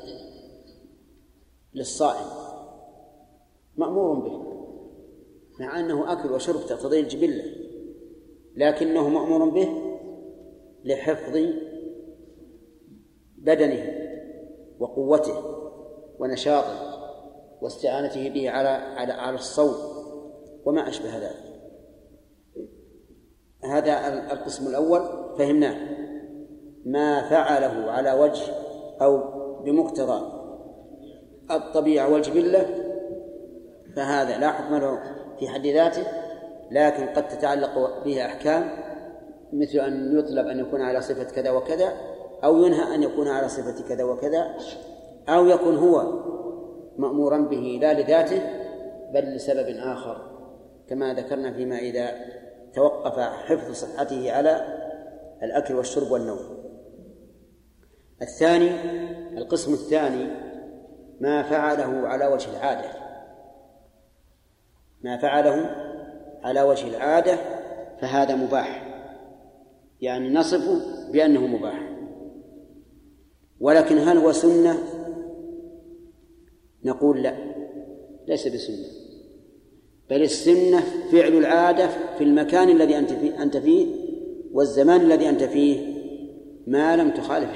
للصائم مأمور به، مع أنه أكل وشرب تقتضي الجبلة، لكنه مأمور به لحفظ بدنه وقوته ونشاطه واستعانته به على الصوم وما أشبه ذلك. هذا القسم الأول فهمناه، ما فعله على وجه أو بمقتضى الطبيعة والجبلة فهذا لا حكم له في حد ذاته، لكن قد تتعلق به أحكام، مثل أن يطلب أن يكون على صفة كذا وكذا، أو ينهى أن يكون على صفة كذا وكذا، أو يكون هو مأمورا به لا لذاته بل لسبب آخر، كما ذكرنا فيما إذا توقف حفظ صحته على الأكل والشرب والنوم. القسم الثاني ما فعله على وجه العادة، فهذا مباح، يعني نصفه بأنه مباح. ولكن هل هو سنة؟ نقول لا، ليس بسنة، بل السنة فعل العادة في المكان الذي أنت فيه والزمان الذي أنت فيه ما لم تخالف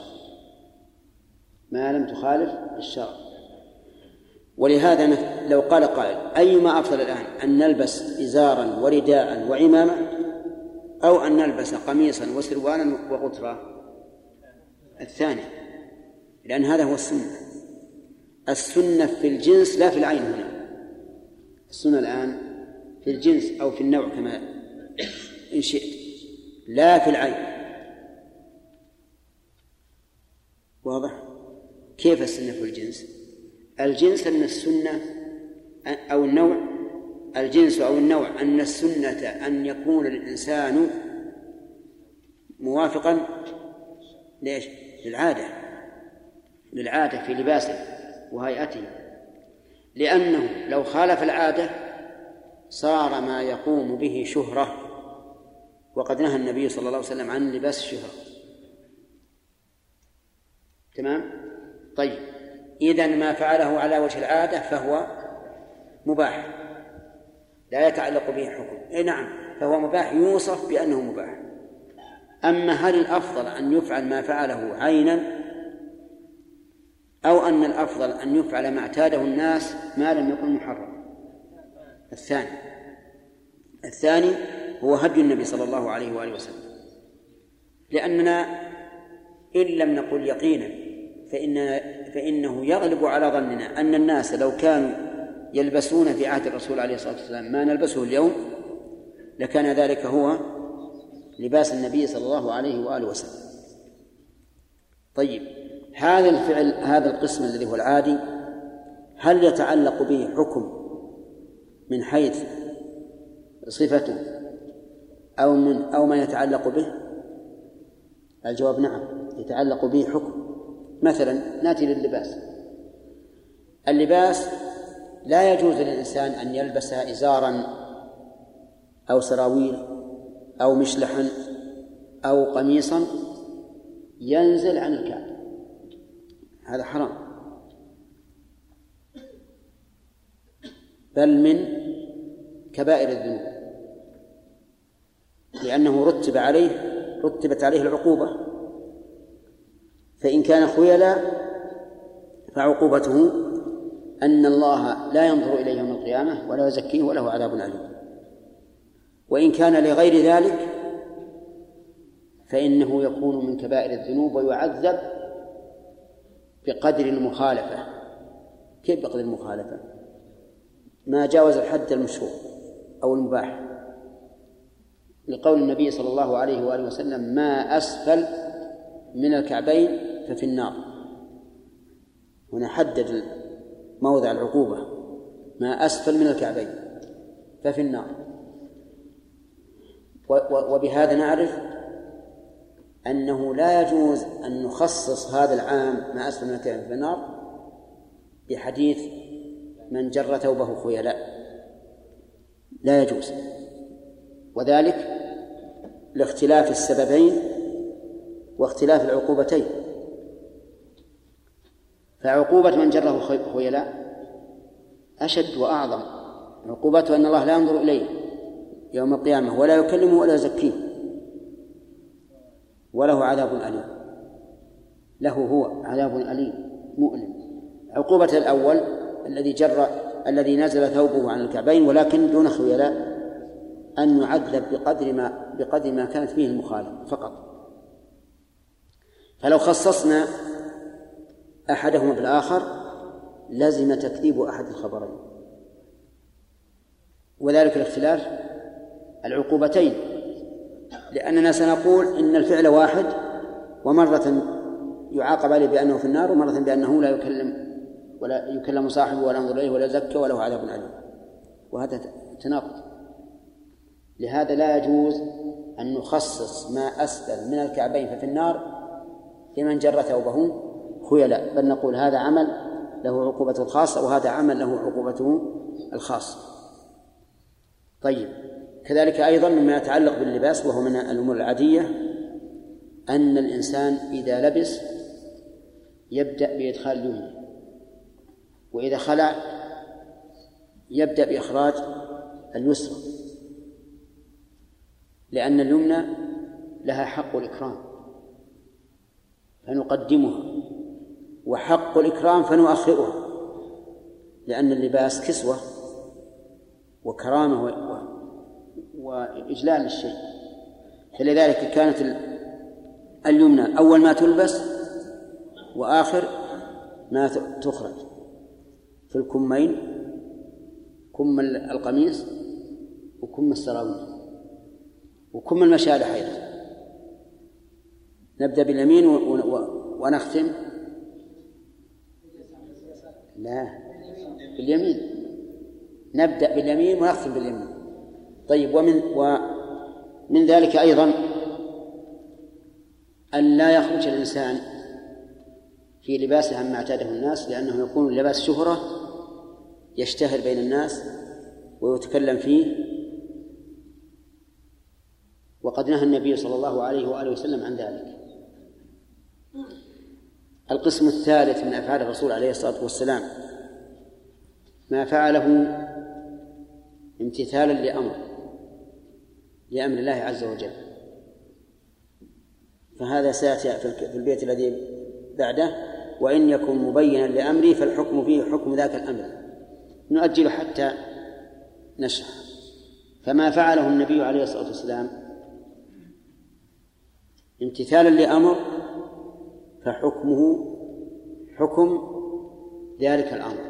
الشرع. ولهذا لو قال قائل أيما أفضل الآن، أن نلبس إزارا ورداء وعمامة أو أن نلبس قميصا وسروالا وغترا؟ الثاني، لأن هذا هو السنة في الجنس لا في العين. هنا السنة الآن في الجنس أو في النوع كما إن شئت لا في العين. واضح؟ كيف السنة في الجنس؟ الجنس أن السنة أو النوع، الجنس أو النوع أن السنة أن يكون الإنسان موافقا ليش؟ للعادة في لباسه وهيئته، لأنه لو خالف العادة صار ما يقوم به شهرة، وقد نهى النبي صلى الله عليه وسلم عن لباس الشهرة. تمام؟ طيب، إذن ما فعله على وجه العادة فهو مباح لا يتعلق به حكم. نعم، فهو مباح يوصف بأنه مباح. أما هل الأفضل أن يفعل ما فعله عينا، أو أن الأفضل أن يفعل ما اعتاده الناس ما لم يكن محرم؟ الثاني هو هدي النبي صلى الله عليه وآله وسلم، لأننا إن لم نقل يقينا فإنه يغلب على ظننا أن الناس لو كانوا يلبسون في عهد الرسول عليه الصلاة والسلام ما نلبسه اليوم لكان ذلك هو لباس النبي صلى الله عليه وآله وسلم. طيب، هذا الفعل، هذا القسم الذي هو العادي، هل يتعلق به حكم من حيث صفته أو ما يتعلق به؟ الجواب نعم، يتعلق به حكم. مثلا نأتي لللباس. اللباس لا يجوز للإنسان أن يلبس إزارا أو سراويل أو مشلحا أو قميصا ينزل عن الكعب، هذا حرام، بل من كبائر الذنوب، لأنه رتبت عليه العقوبة. فإن كان خيلا فعقوبته أن الله لا ينظر إليه يوم القيامة ولا يزكيه وله عذاب أليم. وإن كان لغير ذلك فإنه يكون من كبائر الذنوب ويعذب بقدر المخالفة. كيف بقدر المخالفة؟ ما جاوز الحد المشروع أو المباح، لقول النبي صلى الله عليه وآله وسلم: ما أسفل من الكعبين ففي النار. هنا حدد موضع العقوبة: ما أسفل من الكعبين ففي النار. وبهذا نعرف أنه لا يجوز أن نخصص هذا العام ما أسفل من الكعبين في النار بحديث من جر ثوبه خيلاء، لا يجوز، وذلك لاختلاف السببين واختلاف العقوبتين. فعقوبة من جره خيلاء أشد وأعظم، عقوبته أن الله لا ينظر إليه يوم القيامة ولا يكلمه ولا يزكيه وله عذاب أليم، له هو عذاب أليم مؤلم. عقوبة الأول الذي نزل ثوبه عن الكعبين ولكن دون خيلاء أن يعذب بقدر ما كانت فيه المخالفة فقط. فلو خصصنا أحدهما بالآخر لازم تكذيب أحد الخبرين، وذلك الاختلاف العقوبتين، لأننا سنقول إن الفعل واحد، ومرة يعاقب عليه بأنه في النار ومرة بأنه لا يكلم صاحبه ولا ينظر إليه ولا يزكى وله عذاب أليم، وهذا تناقض. لهذا لا يجوز أن نخصص ما أسفل من الكعبين ففي النار لمن جر ثوبه خيلاء، بل نقول هذا عمل له عقوبته الخاصة وهذا عمل له عقوبته الخاصة. طيب، كذلك أيضا مما يتعلق باللباس وهو من الأمور العادية أن الإنسان إذا لبس يبدأ بإدخال اليمنى، وإذا خلع يبدأ بإخراج اليسرى، لأن اليمنى لها حق الإكرام فنقدمها، وحق الإكرام فنؤخرها، لأن اللباس كسوة وكرامة وإجلال للشيء. فلذلك كانت اليمنى أول ما تلبس وآخر ما تخرج في الكمين، كم القميص وكم السراويل. وكم المشالح أيضا. نبدأ باليمين ونختم لا باليمين، نبدأ باليمين ونختم باليمين. طيب، ومن ذلك أيضا أن لا يخرج الإنسان في لباسه عما اعتاده الناس، لأنه يكون لباس شهرة يشتهر بين الناس ويتكلم فيه، وقد نهى النبي صلى الله عليه وآله وسلم عن ذلك. القسم الثالث من أفعال الرسول عليه الصلاة والسلام ما فعله امتثالا لأمر الله عز وجل، فهذا سيأتي في البيت الذي بعده: وإن يكن مبينا لأمري فالحكم فيه حكم ذاك الأمر. نؤجل حتى نشرح. فما فعله النبي عليه الصلاة والسلام امتثالا لأمر فحكمه حكم ذلك الأمر.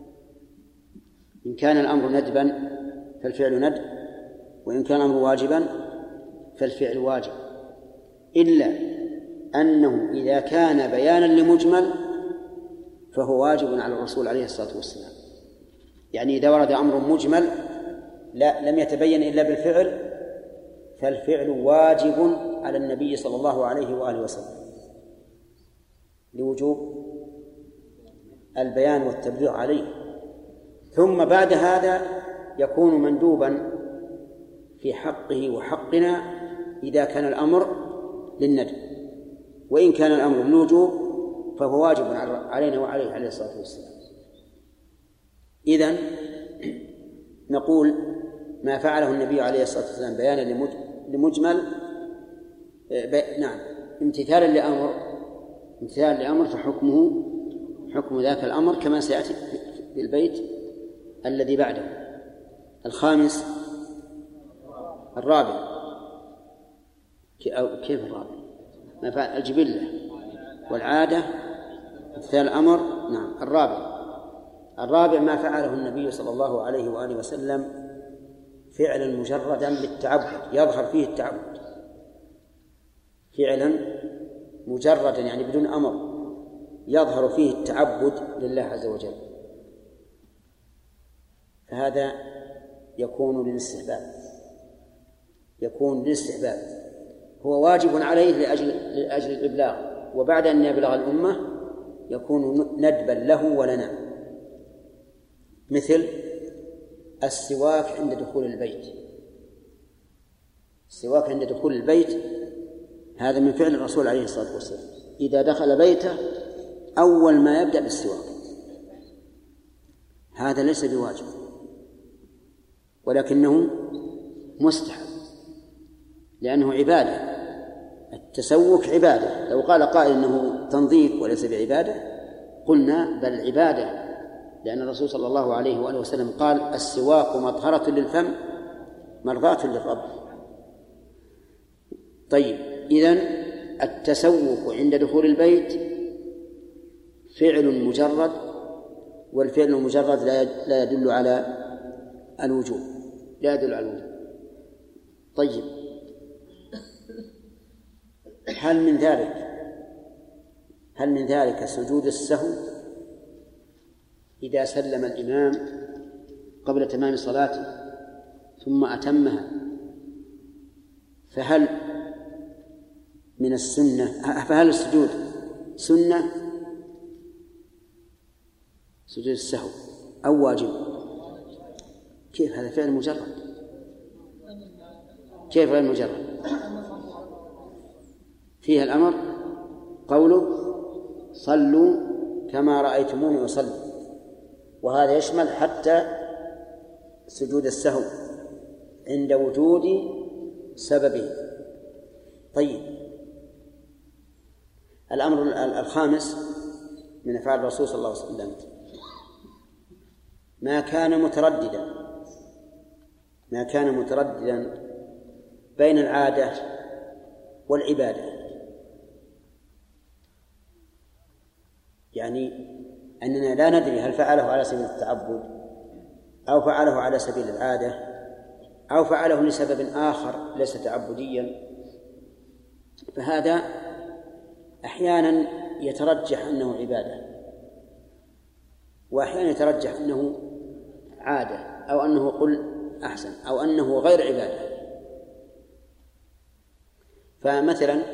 إن كان الأمر ندبا فالفعل ندب، وإن كان الأمر واجبا فالفعل واجب، إلا أنه إذا كان بيانا لمجمل فهو واجب على الرسول عليه الصلاة والسلام. يعني إذا ورد أمر مجمل لم يتبين إلا بالفعل فالفعل واجب على النبي صلى الله عليه وآله وسلم لوجوب البيان والتبليغ عليه. ثم بعد هذا يكون مندوبا في حقه وحقنا إذا كان الأمر للندب، وإن كان الأمر للوجوب فهو واجب علينا وعليه عليه الصلاة والسلام. إذن نقول ما فعله النبي عليه الصلاة والسلام بيانا لمجمل امتثالا لأمر فحكمه حكم ذاك الأمر، كما سيأتي في البيت الذي بعده. الخامس الرابع. كيف الرابع؟ ما فعل الجبلة والعادة امتثال الأمر. نعم. الرابع ما فعله النبي صلى الله عليه وآله وسلم فعلا مجردا بالتعبد، يظهر فيه التعبد، فعلا مجردا يعني بدون أمر يظهر فيه التعبد لله عز وجل، فهذا يكون للاستحباب، هو واجب عليه لأجل الإبلاغ، وبعد أن يبلغ الأمة يكون ندبا له ولنا، مثل السواك عند دخول البيت. السواك عند دخول البيت هذا من فعل الرسول عليه الصلاة والسلام، إذا دخل بيته أول ما يبدأ بالسواك، هذا ليس بواجب ولكنه مستحب لأنه عبادة. التسوك عبادة. لو قال قائل إنه تنظيف وليس بعبادة قلنا بل عبادة، لأن الرسول صلى الله عليه وآله وسلم قال: السواك مطهرة للفم مرضاة للرب. طيب، إذن التسوك عند دخول البيت فعل مجرد، والفعل المجرد لا يدل على الوجوب، لا يدل على الوجوب. طيب، هل من ذلك سجود السهو إذا سلم الإمام قبل تمام صلاته ثم أتمها؟ فهل من السنة؟ فهل السجود سنة سجود السهو أو واجب؟ كيف هذا فعل مجرد؟ كيف غير مجرد؟ فيها الأمر قوله: صلوا كما رأيتموني أصلي، وهذا يشمل حتى سجود السهو عند وجود سببه. طيب، الأمر الخامس من أفعال الرسول صلى الله عليه وسلم ما كان مترددا بين العادة والعبادة، يعني أننا لا ندري هل فعله على سبيل التعبد أو فعله على سبيل العادة أو فعله لسبب آخر ليس تعبديا، فهذا أحيانا يترجح أنه عبادة، وأحيانا يترجح أنه عادة، أو أنه قل أحسن، أو أنه غير عبادة. فمثلا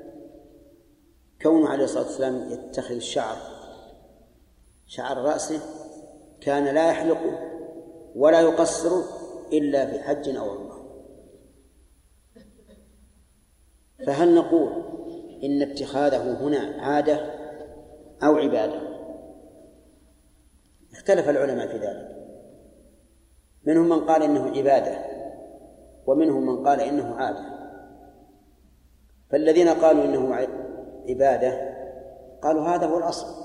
كونه عليه الصلاة والسلام يتخذ شعر رأسه كان لا يحلقه ولا يقصره إلا في حج أو عمرة، فهل نقول إن اتخاذه هنا عادة أو عبادة؟ اختلف العلماء في ذلك، منهم من قال إنه عبادة ومنهم من قال إنه عادة. فالذين قالوا إنه عبادة قالوا هذا هو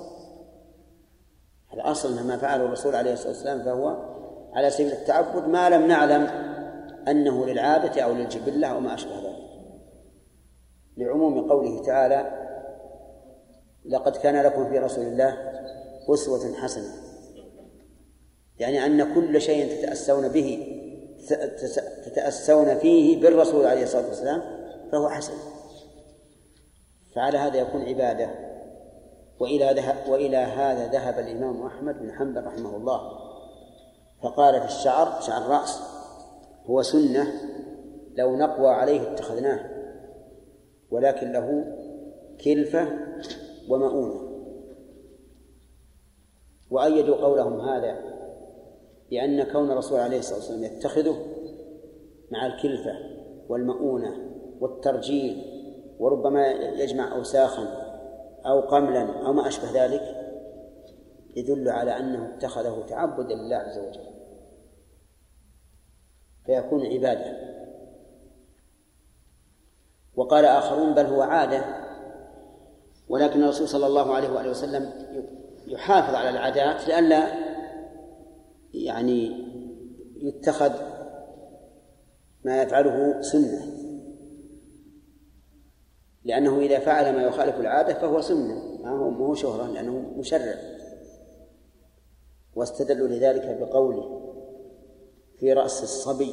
الأصل ما فعله الرسول عليه الصلاة والسلام فهو على سبيل التعبد، ما لم نعلم أنه للعادة أو للجبلة أو ما أشبه ذلك، لعموم قوله تعالى: لقد كان لكم في رسول الله أسوة حسنة، يعني أن كل شيء تتأسون فيه بالرسول عليه الصلاة والسلام فهو حسن، فعلى هذا يكون عبادة. وإلى هذا ذهب الإمام أحمد بن حنبل رحمه الله، فقال في شعر الرأس هو سنة لو نقوى عليه اتخذناه، ولكن له كلفة ومؤونة. وأيدوا قولهم هذا بأن كون الرسول عليه الصلاة والسلام يتخذه مع الكلفة والمؤونة والترجيل، وربما يجمع أوساخا أو قملا أو ما أشبه ذلك، يدل على أنه اتخذه تعبدا لله عز وجل، فيكون عبادة. وقال آخرون بل هو عادة، ولكن الرسول صلى الله عليه وآله وسلم يحافظ على العادات لئلا يعني يتخذ ما يفعله سنة، لأنه إذا فعل ما يخالف العادة فهو سنة، ما هو شهرة، لأنه مشرع. واستدلوا لذلك بقوله في رأس الصبي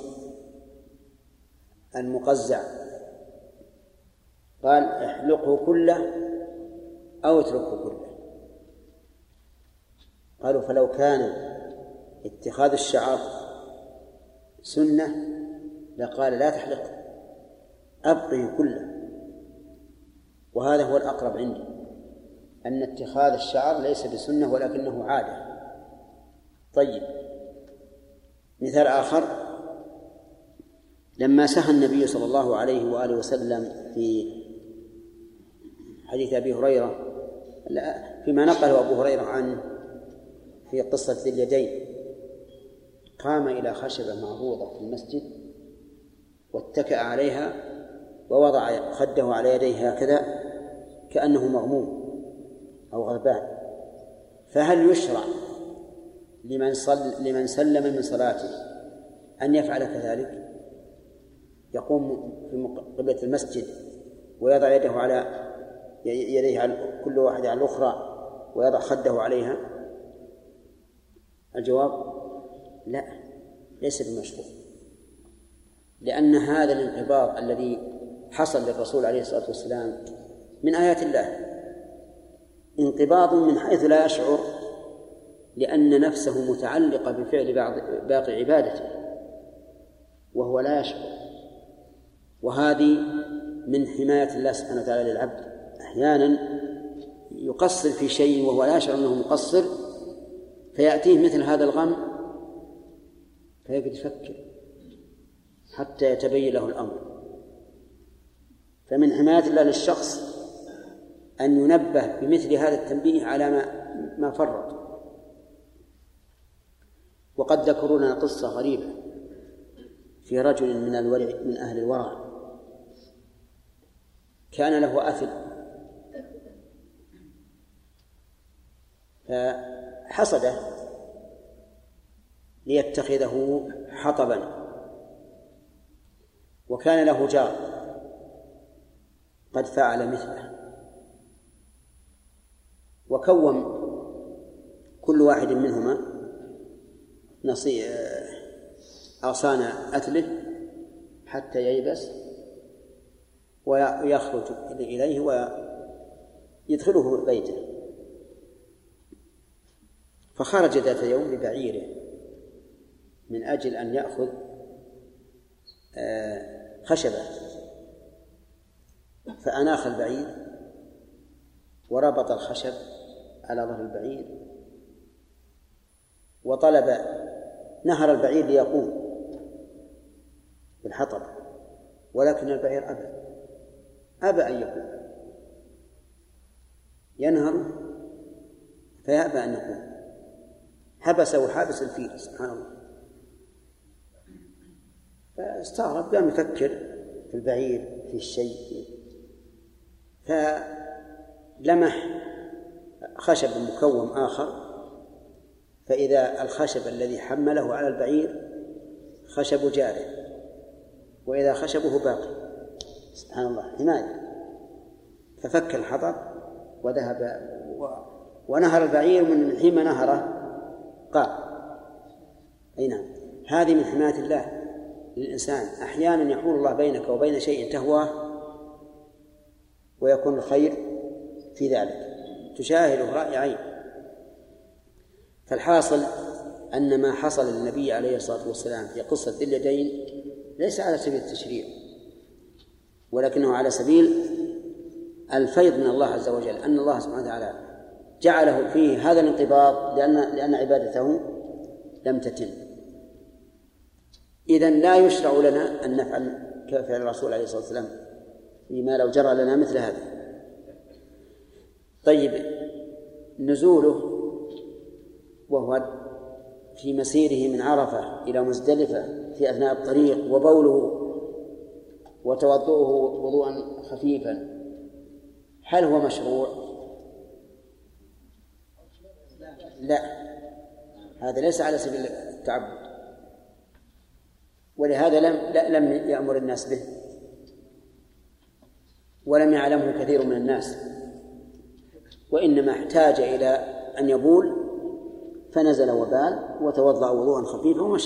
المقزع قال: احلقه كله أو اتركه كله. قالوا فلو كان اتخاذ الشعر سنة لقال لا تحلقه، أبقه كله. وهذا هو الأقرب عندي، أن اتخاذ الشعر ليس بسنة ولكنه عادة. طيب، مثال آخر: لما سهى النبي صلى الله عليه وآله وسلم في حديث أبي هريرة، فيما نقله أبو هريرة عنه في قصة ذي اليدين، قام إلى خشبة معروضة في المسجد واتكأ عليها ووضع خده على يديه هكذا كأنه مغموم أو غضبان. فهل يشرع لمن سلم من صلاته أن يفعل كذلك؟ يقوم في قبلة المسجد ويضع يده على يديه على كل واحدة على الأخرى ويضع خده عليها؟ الجواب: لا، ليس بمشروع، لأن هذا الانقباض الذي حصل للرسول عليه الصلاة والسلام من آيات الله، انقباض من حيث لا يشعر، لأن نفسه متعلقة بفعل باقي عبادته وهو لا يشعر. وهذه من حماية الله سبحانه وتعالى للعبد، أحيانا يقصر في شيء وهو لا يشعر أنه مقصر، فيأتيه مثل هذا الغم فيبدأ يفكر حتى يتبين له الأمر. فمن حماية الله للشخص أن ينبه بمثل هذا التنبيه على ما فرط. وقد ذكروا لنا قصة غريبة في رجل من أهل الورع، كان له أثل فحصده ليتخذه حطبا، وكان له جار قد فعل مثله، وكوم كل واحد منهما أغصان أثله حتى ييبس ويخرج إليه ويدخله بيته. فخرج ذات يوم ببعيره من أجل أن يأخذ خشبة، فأناخ البعير وربط الخشب على ظهر البعير وطلب نهر البعير ليقوم بالحطب، ولكن البعير أبى أن يقوم، ينهر فيأبى أن يقوم، حبسه حابس الفيل سبحان الله. فاستغرب، قام يفكر في البعير في الشيء، فلمح خشب مكوم آخر، فإذا الخشب الذي حمله على البعير خشب جاره، وإذا خشبه باقي سبحان الله حماية. ففك الحطب وذهب ونهر البعير، من حين نهره قال أي نعم. هذه من حماية الله للإنسان. أحيانا يحول الله بينك وبين شيء تهواه ويكون الخير في ذلك، تشاهده رأي عين. فالحاصل أن ما حصل للنبي عليه الصلاة والسلام في قصة ذي اليدين ليس على سبيل التشريع، ولكنه على سبيل الفيض من الله عز وجل، أن الله سبحانه وتعالى جعله فيه هذا الانقباض لأن عبادته لم تتم. إذن لا يشرع لنا أن نفعل كفعل الرسول عليه الصلاة والسلام فيما لو جرى لنا مثل هذا. طيب، نزوله وهو في مسيره من عرفة إلى مزدلفة في أثناء الطريق، وبوله وتوضؤه وضوءا خفيفا، هل هو مشروع؟ لا، هذا ليس على سبيل التعبد، ولهذا لم يأمر الناس به، ولم يعلمه كثير من الناس، وإنما احتاج إلى أن يبول فنزل وبال وتوضأ وضوءا خفيفا ومشى.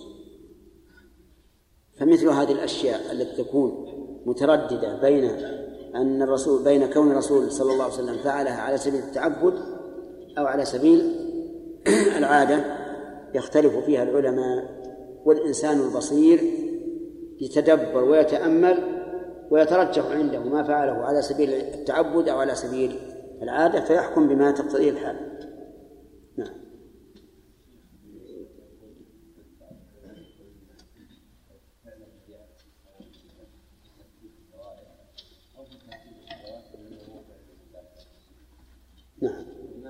فمثل هذه الأشياء التي تكون مترددة بين كون الرسول صلى الله عليه وسلم فعلها على سبيل التعبد أو على سبيل العادة يختلف فيها العلماء، والإنسان البصير يتدبر ويتأمل ويترجح عنده ما فعله على سبيل التعبد أو على سبيل العادة، فيحكم بما تقتضيه الحال. نعم. نعم.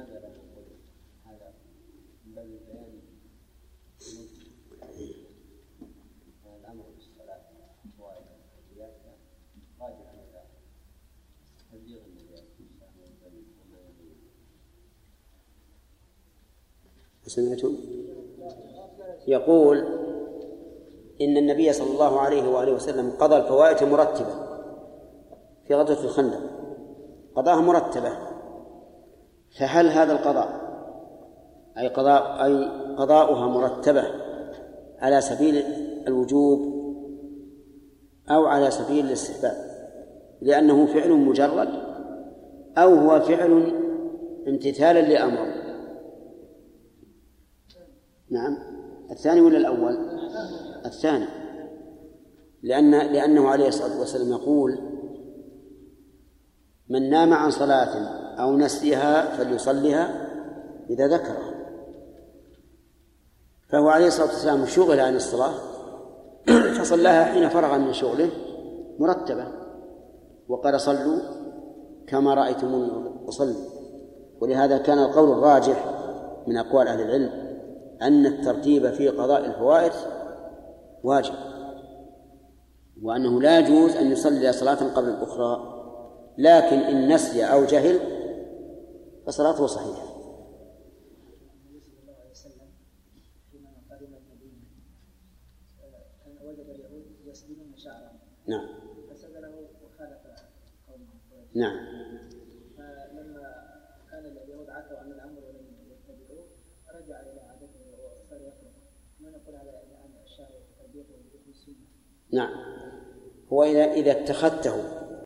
سمعتم؟ يقول إن النبي صلى الله عليه وآله وسلم قضى الفوائد مرتبة في غزوة الخندق، قضاها مرتبة، فهل هذا القضاء أي قضاؤها مرتبة على سبيل الوجوب أو على سبيل الاستحباب، لأنه فعل مجرد، أو هو فعل امتثالا لأمر؟ نعم، الثاني ولا الأول؟ الثاني، لأنه عليه الصلاة والسلام يقول: من نام عن صلاة أو نسيها فليصلها إذا ذكرها. فهو عليه الصلاة والسلام شغل عن الصلاة فصلاها حين فرغ من شغله مرتبة، وقال: صلوا كما رأيتموني أصلي. ولهذا كان القول الراجح من أقوال أهل العلم أن الترتيب في قضاء الفوائد واجب، وأنه لا يجوز أن يصلي صلاة قبل الأخرى، لكن إن نسي أو جهل فصلاته صحيحة. النبي صلى الله عليه وسلم حينما قدم المدينة كان وجد اليهود يسدلون شعرا. نعم. فسدله وخالف قومه. نعم. فلما كان اليهود عتوا عن الأمر ولم يتبعوه رجع إلى عادته وصار يقرأ. ما نقول على أن الشعر تربيته بالسنة. نعم. هو إذا اتخذته